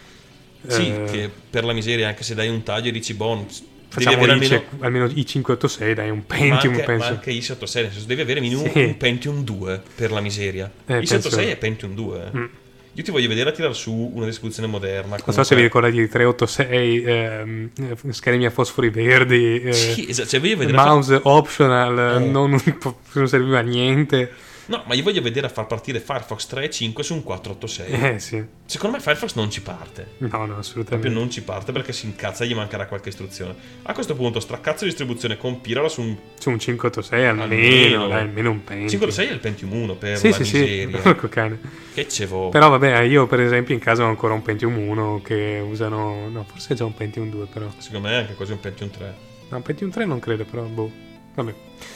Sì, Eh, che per la miseria, anche se dai un taglio e dici, boh, devi Facciamo avere i almeno... ce- almeno i cinquecentottantasei, dai, un Ma Pentium, anche, penso. ma anche i settantasei, nel senso, devi avere minimo Sì. un Pentium due per la miseria. Eh, I settantasei penso- è Pentium due. eh. Mm. Io ti voglio vedere a tirare su una distribuzione moderna. Non so se vi ricordate di trecentoottantasei, ehm, eh, schermi a fosfori verdi, eh, Sì, esatto, cioè voglio vedere mouse optional, Eh. non, non serviva a niente. No, ma io voglio vedere a far partire Firefox tre punto cinque su un quattrocentoottantasei. Eh sì, Secondo me Firefox non ci parte. no, no, Proprio assolutamente. non ci parte perché si incazza e gli mancherà qualche istruzione. A questo punto, sta cazzo di distribuzione, compilala su un Su un cinquecentottantasei almeno, Almeno. dai, almeno un Pentium. cinquecentottantasei è il Pentium uno per Sì, la sì, sì, miseria. porco cane. Che cevo. Però vabbè, io per esempio in casa ho ancora un Pentium uno che usano... No, forse è già un Pentium due però. Secondo me è anche quasi un Pentium tre. No, un Pentium tre non credo, però boh. Vabbè.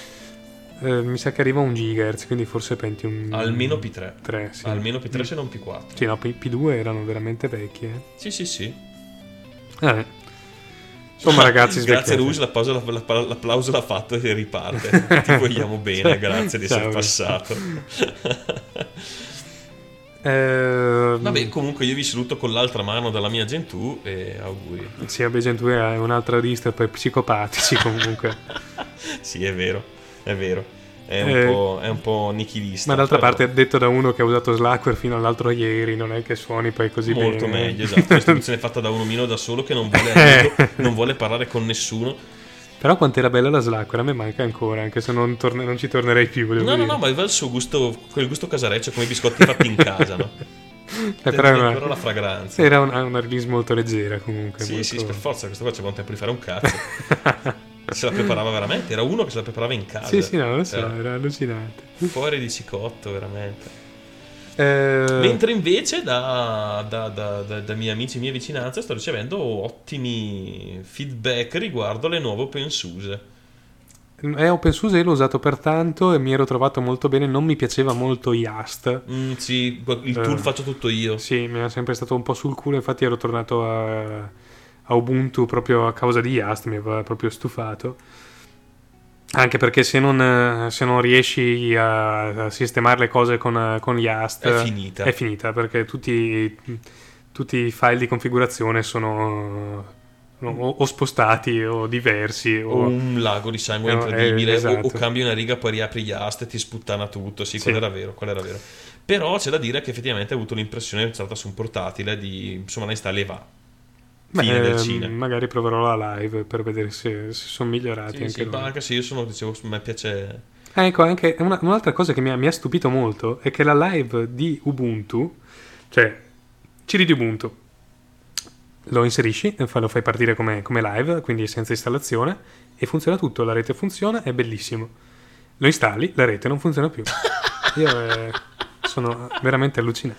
Eh, mi sa che arriva a un gigahertz, quindi forse Pentium... Almeno P tre. tre, sì. Almeno P tre Mm. se non P quattro. Sì, no, P- P2 erano veramente vecchie. Eh. Sì, sì, sì. Vabbè. Insomma, ragazzi, grazie svecchiate. Rouge, la pausa, la- la- l'applauso l'ha fatto e riparte. Ti vogliamo bene, Ciao. grazie di Ciao. essere passato. Eh, Vabbè, comunque io vi saluto con l'altra mano dalla mia Gentù e auguri. Sì, vabbè, Gentù è un'altra lista per psicopatici comunque. Sì, è vero, è vero. È un, Eh, po', è un po' nichilista. Ma d'altra però parte, detto da uno che ha usato Slackware fino all'altro ieri, non è che suoni poi così molto bene. meglio, esatto. La distribuzione è fatta da un omino da solo che non vuole aiuto, non vuole parlare con nessuno. Però quanto era bella la Slackware, a me manca ancora, anche se non, torne- non ci tornerei più. devo No, no, dire. no, ma aveva il suo gusto, quel gusto casareccio come i biscotti fatti in casa, no? Eh, però era ancora una, la fragranza. era una, una release molto leggera comunque. Sì, molto... sì, per forza, questo qua c'è buon tempo di fare un cazzo. Se la preparava veramente, era uno che se la preparava in casa. Sì, sì, no, lo so, Era era allucinante. fuori di cicotto, veramente. Eh, Mentre invece da, da, da, da, da miei amici e mie vicinanze sto ricevendo ottimi feedback riguardo le nuove OpenSUSE. È OpenSUSE, io l'ho usato per tanto e mi ero trovato molto bene, non mi piaceva molto Yast. Mm, sì, il tool Eh, faccio tutto io. Sì, mi era sempre stato un po' sul culo, infatti ero tornato a, a Ubuntu proprio a causa di Yast, mi aveva proprio stufato. Anche perché se non, se non riesci a, a sistemare le cose con, con Yast È finita. è finita, perché tutti, tutti i file di configurazione sono o, o spostati o diversi o, O un lago di sangue Eh, incredibile, eh, o, esatto. o cambi una riga, poi riapri gli ast e ti sputtana tutto. Sì, Sì. quello era vero, quello era vero. Però c'è da dire che effettivamente ho avuto l'impressione, stata su un portatile, di insomma la installi e va. Beh, Fine del ehm, cine. magari proverò la live per vedere se, se sono migliorati Sì, anche sì, loro. ma anche se io sono, dicevo, a me piace. Ah, ecco, anche una- un'altra cosa che mi ha, mi ha stupito molto è che la live di Ubuntu, cioè C D di Ubuntu, lo inserisci, e fa- lo fai partire come, come live, quindi senza installazione, e funziona tutto, la rete funziona, è bellissimo. Lo installi, la rete non funziona più. Io eh, sono veramente allucinato.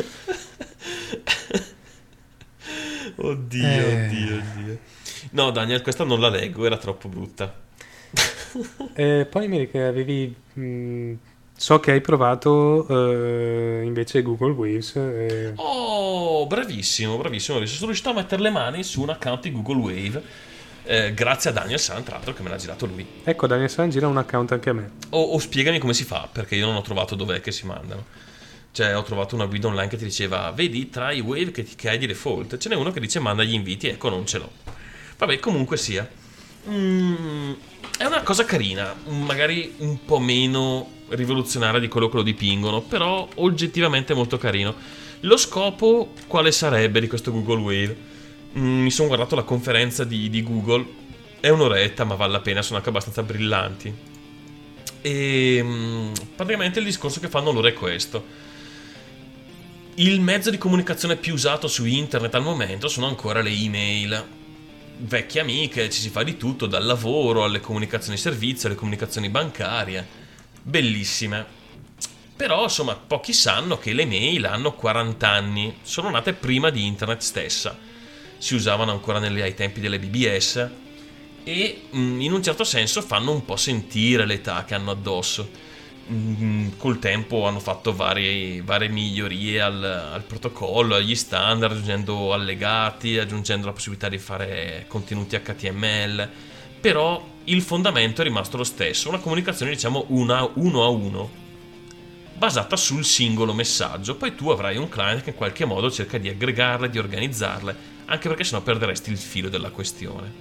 Oddio, Eh. oddio, oddio. No, Daniel, questa non la leggo, era troppo brutta. E poi mi ricordo che avevi... mh, so che hai provato eh, invece Google Waves. eh, Oh, bravissimo, bravissimo. bravissimo. Sono riuscito a mettere le mani su un account di Google Wave. eh, grazie a Daniel San, tra l'altro, che me l'ha girato lui. Ecco, Daniel San gira un account anche a me. O, o spiegami come si fa, perché io non ho trovato dov'è che si mandano. Cioè, ho trovato una guida online che ti diceva: vedi tra i wave che, ti- che hai di default, ce n'è uno che dice manda gli inviti. Ecco, non ce l'ho. Vabbè, comunque sia. Mm, è una cosa carina, magari un po' meno rivoluzionaria di quello che lo dipingono, però oggettivamente molto carino. Lo scopo quale sarebbe di questo Google Wave? Mm, mi sono guardato la conferenza di, di Google, è un'oretta, ma vale la pena, sono anche abbastanza brillanti. E mm, praticamente il discorso che fanno loro è questo: il mezzo di comunicazione più usato su internet al momento sono ancora le email. Vecchie amiche, ci si fa di tutto, dal lavoro alle comunicazioni servizio, alle comunicazioni bancarie. Bellissime. Però, insomma, pochi sanno che le mail hanno quaranta anni, sono nate prima di internet stessa. Si usavano ancora negli, ai tempi delle B B S e mh, in un certo senso fanno un po' sentire l'età che hanno addosso. Mm, col tempo hanno fatto varie, varie migliorie al, al protocollo, agli standard, aggiungendo allegati, aggiungendo la possibilità di fare contenuti H T M L, però il fondamento è rimasto lo stesso, una comunicazione diciamo una, uno a uno, basata sul singolo messaggio. Poi tu avrai un client che in qualche modo cerca di aggregarle, di organizzarle, anche perché sennò perderesti il filo della questione.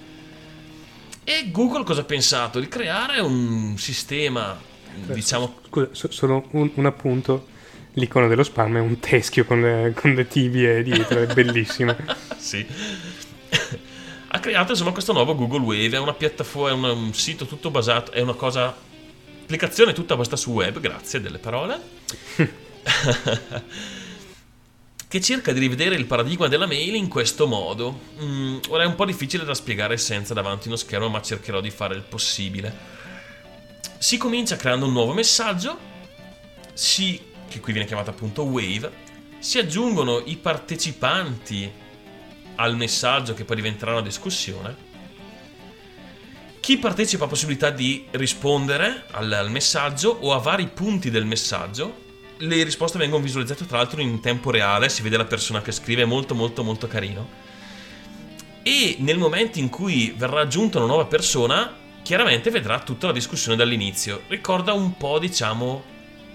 E Google cosa ha pensato? Di creare un sistema, diciamo... Scusa, so- solo un, un appunto. L'icona dello spam è un teschio con le, con le tibie dietro, è bellissimo. Sì. Ha creato insomma questo nuovo Google Wave, è una piattaforma, è un, un sito tutto basato, è una cosa, applicazione tutta basata su web, grazie delle parole, che cerca di rivedere il paradigma della mail in questo modo. Mm, ora è un po' difficile da spiegare senza davanti uno schermo, ma cercherò di fare il possibile. Si comincia creando un nuovo messaggio, si, che qui viene chiamato appunto Wave, si aggiungono i partecipanti al messaggio che poi diventerà una discussione. Chi partecipa ha possibilità di rispondere al, al messaggio o a vari punti del messaggio. Le risposte vengono visualizzate tra l'altro in tempo reale, si vede la persona che scrive, è molto molto molto carino. E nel momento in cui verrà aggiunta una nuova persona, chiaramente vedrà tutta la discussione dall'inizio. Ricorda un po', diciamo,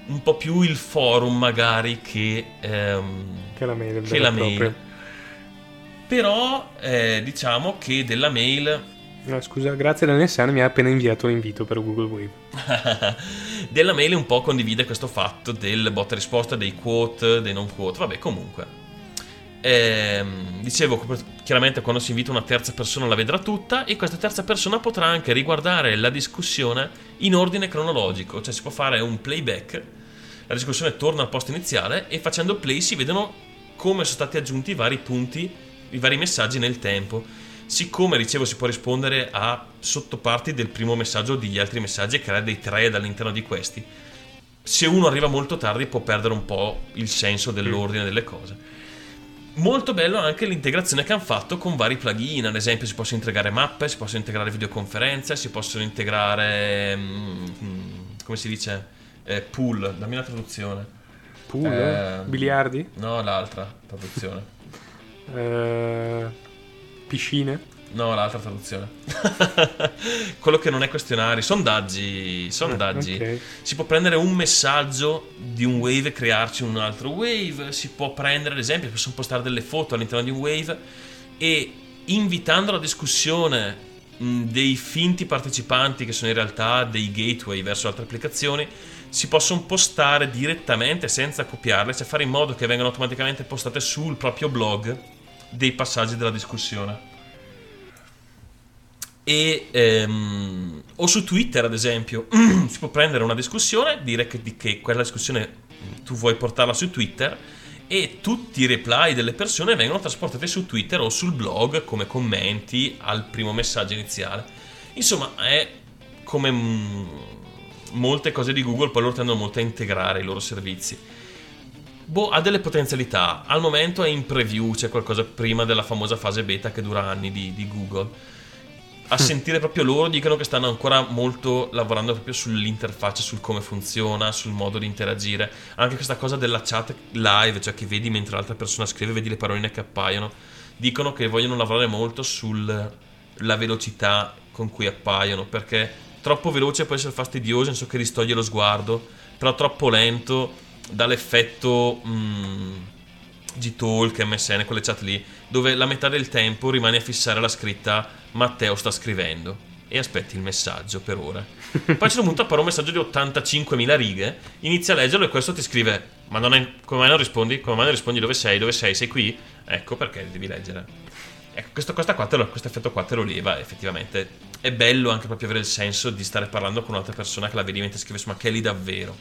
un po' più il forum magari che, ehm, che la mail. Che la mail. Però eh, diciamo che della mail... No, scusa, grazie Danielsano mi ha appena inviato l'invito per Google Wave. Della mail un po' condivide questo fatto del botta e risposta, dei quote, dei non quote, vabbè comunque. Ehm, dicevo, chiaramente quando si invita una terza persona la vedrà tutta e questa terza persona potrà anche riguardare la discussione in ordine cronologico, cioè si può fare un playback, la discussione torna al posto iniziale e facendo play si vedono come sono stati aggiunti i vari punti, i vari messaggi nel tempo. Siccome, dicevo, si può rispondere a sottoparti del primo messaggio o degli altri messaggi e creare dei thread all'interno di questi, se uno arriva molto tardi può perdere un po' il senso dell'ordine delle cose. Molto bello anche l'integrazione che hanno fatto con vari plugin, ad esempio si possono integrare mappe, si possono integrare videoconferenze, si possono integrare mm, come si dice eh, pool, dammi la traduzione. Pool? Eh, Biliardi? No, l'altra traduzione. eh, piscine? No, l'altra traduzione. Quello che non è questionari, sondaggi, sondaggi. Ah, okay. Si può prendere un messaggio di un wave e crearci un altro wave. Si può prendere, ad esempio, si possono postare delle foto all'interno di un wave e invitando alla discussione mh, dei finti partecipanti che sono in realtà dei gateway verso altre applicazioni, si possono postare direttamente senza copiarle, cioè fare in modo che vengano automaticamente postate sul proprio blog dei passaggi della discussione. E ehm, o su Twitter, ad esempio, si può prendere una discussione, dire che, che quella discussione tu vuoi portarla su Twitter e tutti i reply delle persone vengono trasportati su Twitter o sul blog come commenti al primo messaggio iniziale. Insomma, è come mh, molte cose di Google, poi loro tendono molto a integrare i loro servizi. Boh, ha delle potenzialità. Al momento è in preview, c'è qualcosa prima della famosa fase beta che dura anni di, di Google. A sentire proprio loro dicono che stanno ancora molto lavorando proprio sull'interfaccia, sul come funziona, sul modo di interagire. Anche questa cosa della chat live, cioè che vedi mentre l'altra persona scrive, vedi le paroline che appaiono. Dicono che vogliono lavorare molto sulla velocità con cui appaiono, perché troppo veloce può essere fastidioso, nel senso che distoglie lo sguardo, però troppo lento dà l'effetto mh, Gtalk, M S N, quelle chat lì, dove la metà del tempo rimane a fissare la scritta Matteo sta scrivendo e aspetti il messaggio per ore. Poi a un certo punto appare un messaggio di ottantacinquemila righe, inizia a leggerlo e questo ti scrive: ma non è, come mai non rispondi? Come mai non rispondi? Dove sei? Dove sei? Sei qui? Ecco perché devi leggere. Ecco, questo, questa qua te lo, questo effetto qua te lo leva. Effettivamente è bello anche proprio avere il senso di stare parlando con un'altra persona che la vedi mentre scrive, ma che è lì davvero.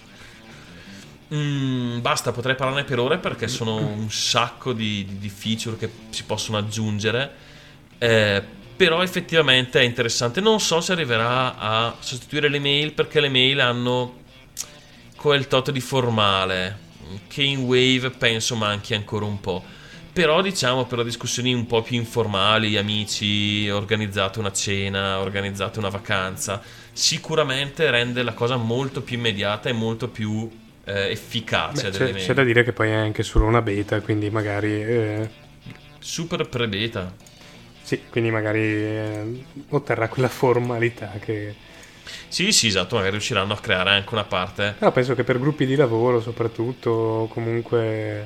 Mm, basta, potrei parlarne per ore perché sono un sacco di, di, di feature che si possono aggiungere, eh, però effettivamente è interessante. Non so se arriverà a sostituire le mail, perché le mail hanno quel tot di formale che in Wave penso manchi ancora un po'. Però diciamo, per le discussioni un po' più informali, amici, organizzate una cena, organizzate una vacanza, sicuramente rende la cosa molto più immediata e molto più eh, efficace. Beh, c'è, c'è da dire che poi è anche solo una beta, quindi magari eh... super pre-beta. Sì, quindi magari eh, otterrà quella formalità che... Sì, sì, esatto, magari riusciranno a creare anche una parte. Però penso che per gruppi di lavoro soprattutto, comunque...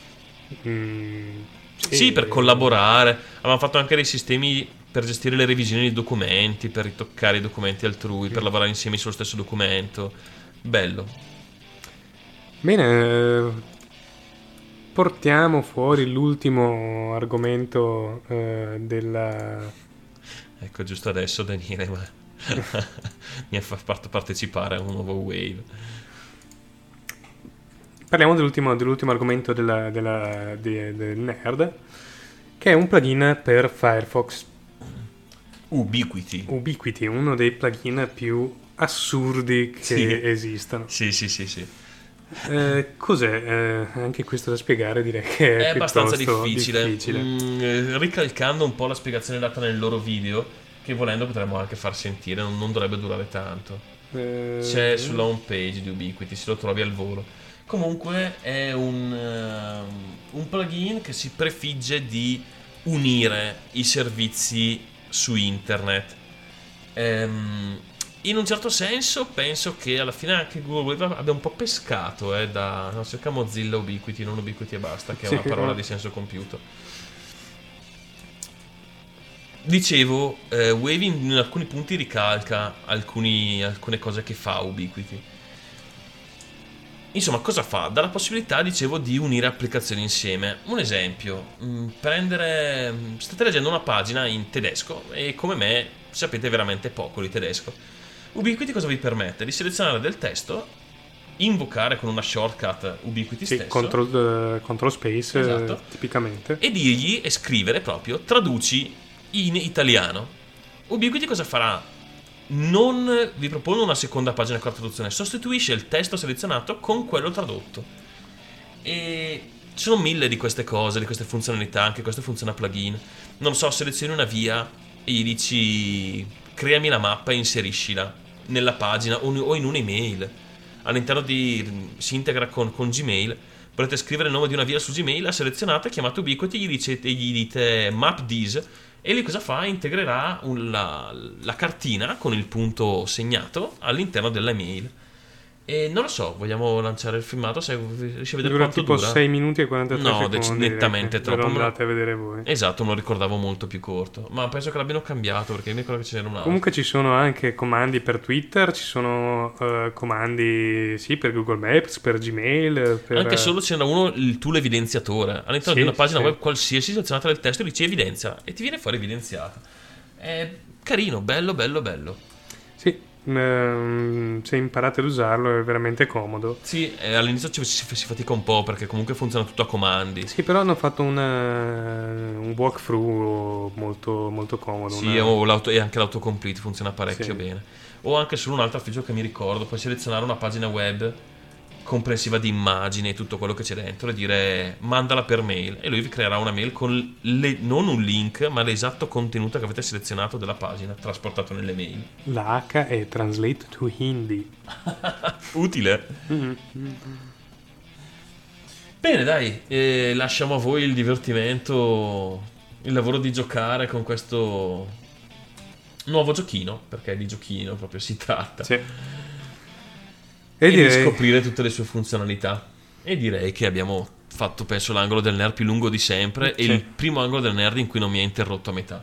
Mm, sì, sì, per collaborare. Avevamo fatto anche dei sistemi per gestire le revisioni dei documenti, per ritoccare i documenti altrui, mm. per lavorare insieme sullo stesso documento. Bello. Bene... Portiamo fuori l'ultimo argomento eh, della... Ecco, giusto adesso Daniele ma... mi ha fatto partecipare a un nuovo Wave. Parliamo dell'ultimo, dell'ultimo argomento della, della, de, del nerd, che è un plugin per Firefox. Ubiquiti. Ubiquiti, uno dei plugin più assurdi che sì. esistano. Sì, sì, sì, sì. Eh, cos'è? Eh, anche questo da spiegare direi che è, è abbastanza difficile, difficile. Mm, ricalcando un po' la spiegazione data nel loro video, che volendo potremmo anche far sentire, non, non dovrebbe durare tanto. eh... C'è sulla home page di Ubiquiti, se lo trovi al volo. Comunque è un, uh, un plugin che si prefigge di unire i servizi su internet. Um, in un certo senso penso che alla fine anche Google Wave abbia un po' pescato eh, da no, cerca Mozilla Ubiquiti, non Ubiquiti e basta, che è Sì, una parola no. di senso compiuto. Dicevo, eh, Wave in alcuni punti ricalca alcuni, alcune cose che fa Ubiquiti. Insomma, cosa fa? Dà la possibilità, dicevo, di unire applicazioni insieme. Un esempio, mh, prendere... state leggendo una pagina in tedesco e come me sapete veramente poco di tedesco. Ubiquiti cosa vi permette? Di selezionare del testo, invocare con una shortcut Ubiquiti Sì, stesso, control, eh, control space, Esatto. eh, tipicamente. e dirgli e scrivere proprio traduci in italiano. Ubiquiti cosa farà? Non vi propone una seconda pagina con la traduzione, sostituisce il testo selezionato con quello tradotto. E ci sono mille di queste cose, di queste funzionalità, anche questo funziona a plugin. Non so, selezioni una via e gli dici creami la mappa e inseriscila nella pagina o in un'email. All'interno di si integra con, con Gmail. Volete scrivere il nome di una via su Gmail, la selezionate, chiamate Ubiquiti, gli, dice, gli dite map this e lì cosa fa? Integrerà un, la, la cartina con il punto segnato all'interno della mail. E non lo so, vogliamo lanciare il filmato? Se riesci a vedere Dura quanto tipo dura? sei minuti e quarantatré no, secondi. dec- nettamente direi che troppo. ve lo Me lo- andate a vedere voi. Esatto, me lo ricordavo molto più corto. Ma penso che l'abbiano cambiato perché mi ricordo che c'era un altro. Comunque ci sono anche comandi per Twitter, ci sono eh, comandi sì per Google Maps, per Gmail, per... Anche solo ce n'era uno, il tool evidenziatore. All'interno Sì, di una pagina sì. web qualsiasi, selezionata del testo, dici evidenzia e ti viene fuori evidenziato. È carino, bello, bello, bello. Sì, ehm, se imparate ad usarlo è veramente comodo. Sì, eh, all'inizio ci, si, si fatica un po' perché comunque funziona tutto a comandi. Sì, però hanno fatto una- un walkthrough molto, molto comodo. Sì, una- o l'auto- e anche l'autocomplete funziona parecchio Sì. bene. O anche solo un altro feature che mi ricordo, puoi selezionare una pagina web comprensiva di immagini e tutto quello che c'è dentro e dire mandala per mail e lui vi creerà una mail con le- non un link ma l'esatto contenuto che avete selezionato della pagina trasportato nelle mail. La H è translate to Hindi. Utile. Mm-hmm. Bene, dai, eh, lasciamo a voi il divertimento, il lavoro di giocare con questo nuovo giochino, perché di giochino proprio si tratta. Sì. E, E di direi- scoprire tutte le sue funzionalità. E direi che abbiamo fatto, penso, l'angolo del nerd più lungo di sempre e Sì. il primo angolo del nerd in cui non mi ha interrotto a metà.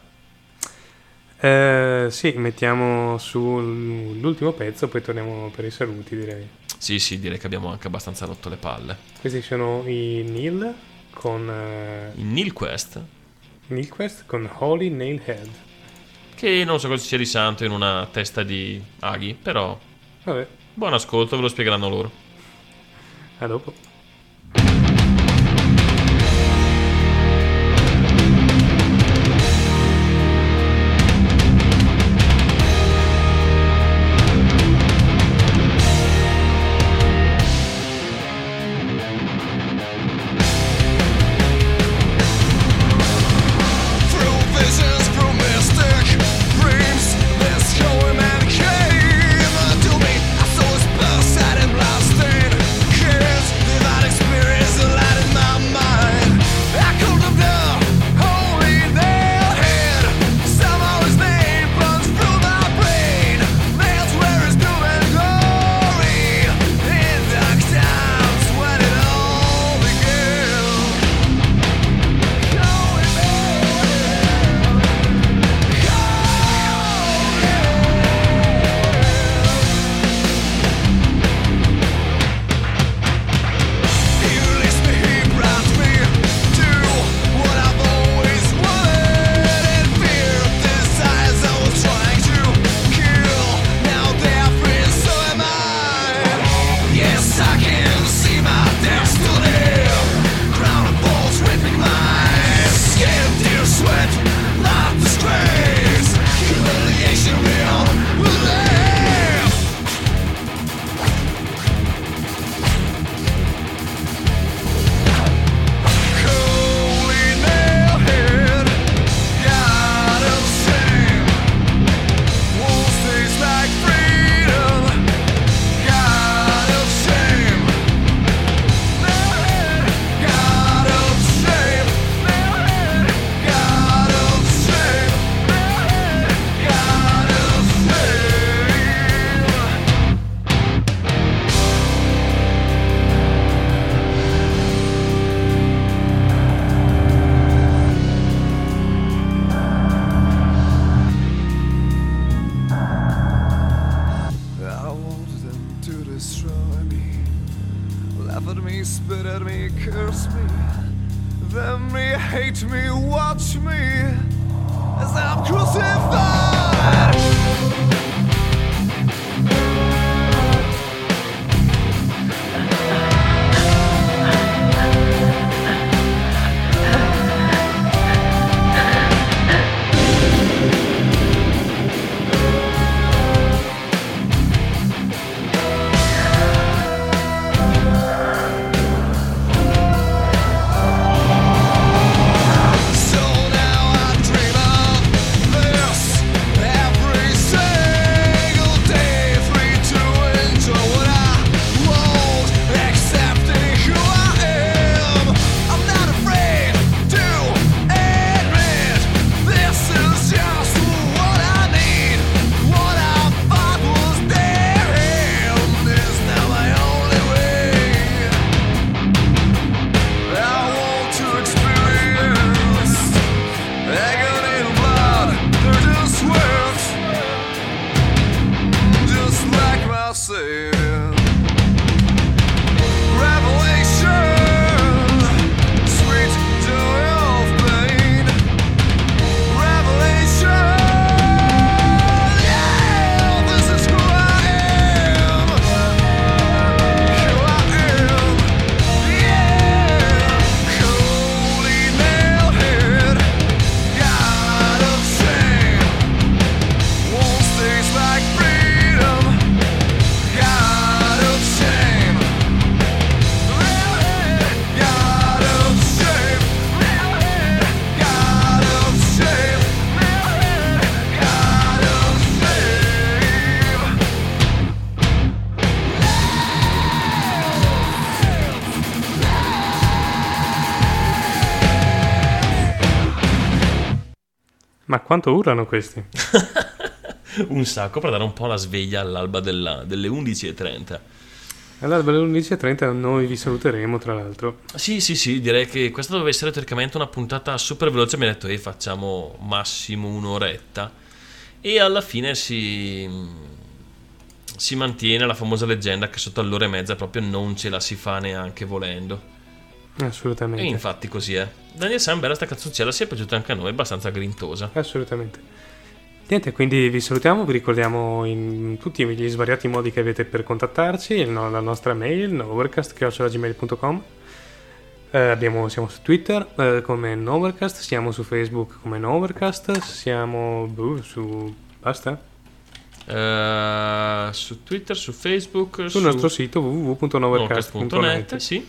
Eh, sì, mettiamo sull'ultimo pezzo, poi torniamo per i saluti, direi. Sì, sì, direi che abbiamo anche abbastanza rotto le palle. Questi sono i Neil con eh, Il Neil Quest, Neil Quest con Holy Nailhead. che non so cosa sia di santo in una testa di aghi, però Vabbè, buon ascolto, ve lo spiegheranno loro. a dopo. Through visions, through mystic dreams, this holy man came to me. I saw his blood sad and blasted. Kids spit at me, curse me, then me hate me, watch me as I'm crucified. Ma quanto urlano questi? Un sacco, per dare un po' la sveglia all'alba della, delle undici e trenta. All'alba delle undici e trenta noi vi saluteremo, tra l'altro. Sì, sì, sì, direi che questa doveva essere teoricamente una puntata super veloce. Mi ha detto, eh, facciamo massimo un'oretta. E alla fine si, si mantiene la famosa leggenda che sotto all'ora e mezza proprio non ce la si fa neanche volendo. Assolutamente. E infatti così è. Daniel San, bella sta cazzuccella, si è piaciuta anche a noi, abbastanza grintosa. Assolutamente. Niente, quindi vi salutiamo, vi ricordiamo in tutti gli svariati modi che avete per contattarci, il no- la nostra mail novercast chiocciola gmail punto com. eh, abbiamo, siamo su Twitter eh, come Novercast, siamo su Facebook come Novercast, siamo boh, su... basta? Uh, su Twitter, su Facebook, sul su nostro sito w w w punto novercast punto net. Sì.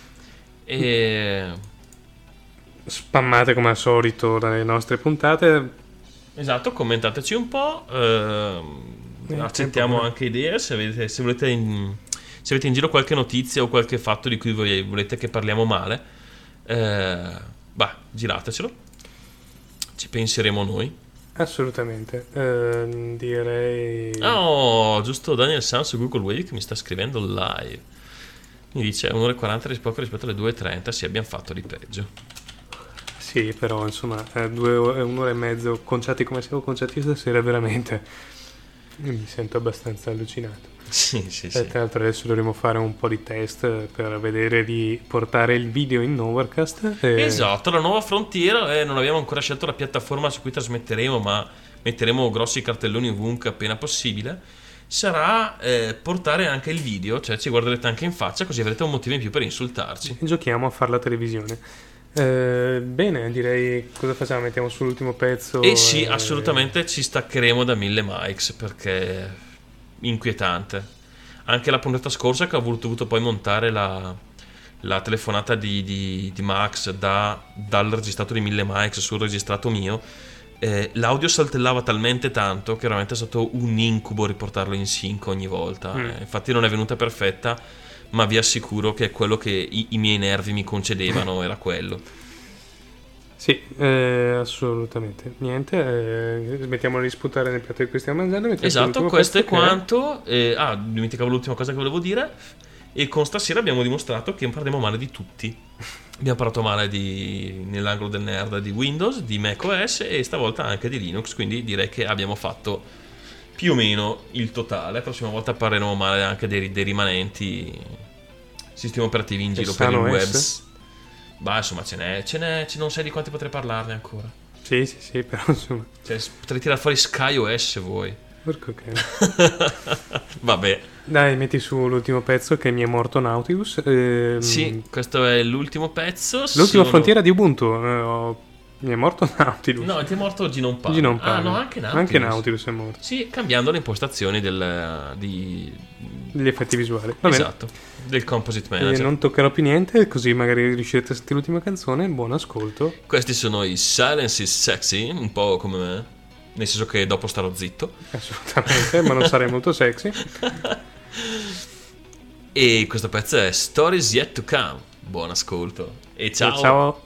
E spammate come al solito le nostre puntate. Esatto, commentateci un po', eh, eh, accettiamo anche idee se, avete, se volete in, se avete in giro qualche notizia o qualche fatto di cui voi volete che parliamo male, eh, bah, giratecelo, ci penseremo noi. Assolutamente. eh, direi Oh, giusto, Daniel San su Google Wave che mi sta scrivendo live, mi dice un'ora e quaranta rispetto, rispetto alle due e trenta. Sì, abbiamo fatto di peggio. Sì, però insomma, eh, due ore, un'ora e mezzo conciati come siamo conciati stasera, veramente mi sento abbastanza allucinato. Sì, sì, E sì. tra l'altro adesso dovremo fare un po' di test per vedere di portare il video in Novercast. E... Esatto, la nuova frontiera, eh, non abbiamo ancora scelto la piattaforma su cui trasmetteremo, ma metteremo grossi cartelloni ovunque appena possibile. Sarà eh, portare anche il video, cioè ci guarderete anche in faccia, così avrete un motivo in più per insultarci. Giochiamo a fare la televisione. Eh, bene, direi cosa facciamo? Mettiamo sull'ultimo pezzo. E sì, e... assolutamente ci staccheremo da mille mics perché è inquietante. Anche la puntata scorsa che ho voluto, dovuto poi montare la, la telefonata di, di, di Max da, dal registrato di mille mics sul registrato mio, eh, l'audio saltellava talmente tanto che veramente è stato un incubo riportarlo in sync ogni volta. Mm. Eh, infatti non è venuta perfetta, ma vi assicuro che quello che i, i miei nervi mi concedevano era quello. Sì, eh, assolutamente. Niente, eh, smettiamo di sputare nel piatto che stiamo mangiando. Esatto, questo è quanto. Eh, ah, dimenticavo l'ultima cosa che volevo dire. E con stasera abbiamo dimostrato che parliamo male di tutti. Abbiamo parlato male di, nell'angolo del nerd di Windows, di macOS e stavolta anche di Linux, quindi direi che abbiamo fatto più o meno il totale. La prossima volta parleremo male anche dei, dei rimanenti, sistemi operativi in E giro per il Sun O S? web. Ma insomma ce n'è, ce n'è, ce non sai di quanti potrei parlarne ancora. Sì, sì, sì, però insomma. Cioè, potrei tirare fuori SkyOS voi. Porco cane. Vabbè. Dai, metti su l'ultimo pezzo che mi è morto Nautilus. Ehm, Sì, questo è l'ultimo pezzo. L'ultima Sono- frontiera di Ubuntu. eh, ho- Mi è morto Nautilus. No, ti è morto Genome Pad. Genome Ah, Pad. no, anche Nautilus. Anche Nautilus è morto. Sì, cambiando le impostazioni del, di... Gli effetti visuali. Va bene. Esatto, del Composite E Manager. non toccherò più niente, così magari riuscirete a sentire l'ultima canzone. Buon ascolto. Questi sono i Silence is Sexy, un po' come me. Nel senso che dopo starò zitto. Assolutamente, ma non sarei molto sexy. E questo pezzo è Stories Yet to Come. Buon ascolto. E ciao. E ciao.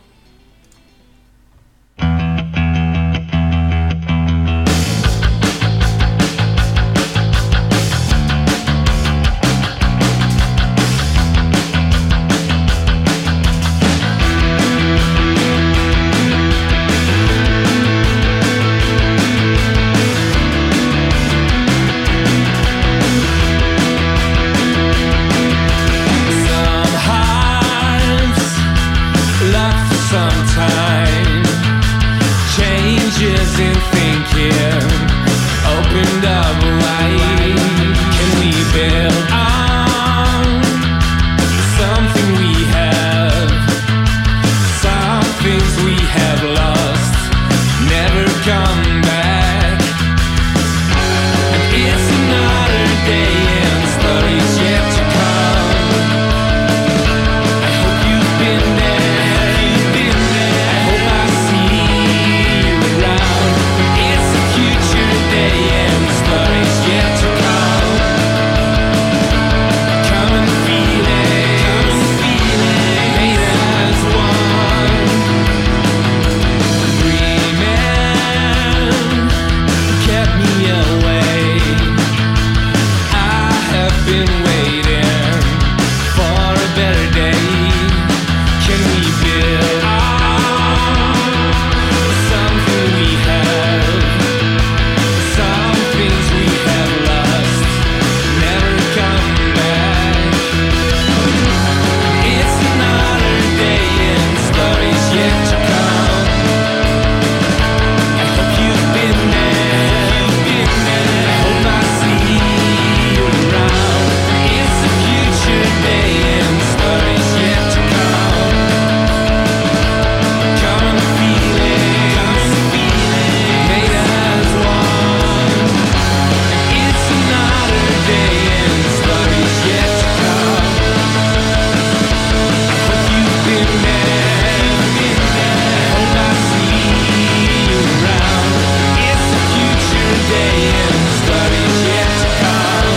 Some hives left for some time. Changes in thinking opened up wide. Can we build on something we have? Some things we have lost never come back. And it's another day and stories yet to come. I hope you've been there. You've been there. I hope I see you around. It's a future day and stories yet to come. Come and feel it. Come and feel it. Made as one. Dreaming kept me away. I have been waiting for a better day. Can we build on something we have? Some things we have lost never come back. It's another day and stories yet to come. I hope you've been there. You've been there. I hope I see you around. It's a future day and stories yet to come. Come and feel it. Come and feel it. Made as one. It's another day and stories yet to come. I hope you've been there. You've been there. I hope I see you around. It's a future day and stories yet to come.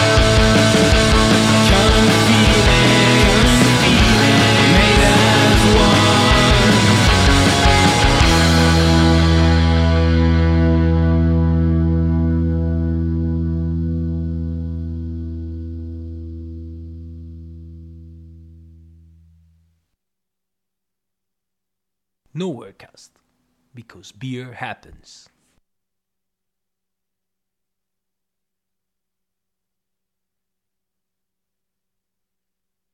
Come and feel it. Come and feel it. Made as one. Nowherecast, because beer happens.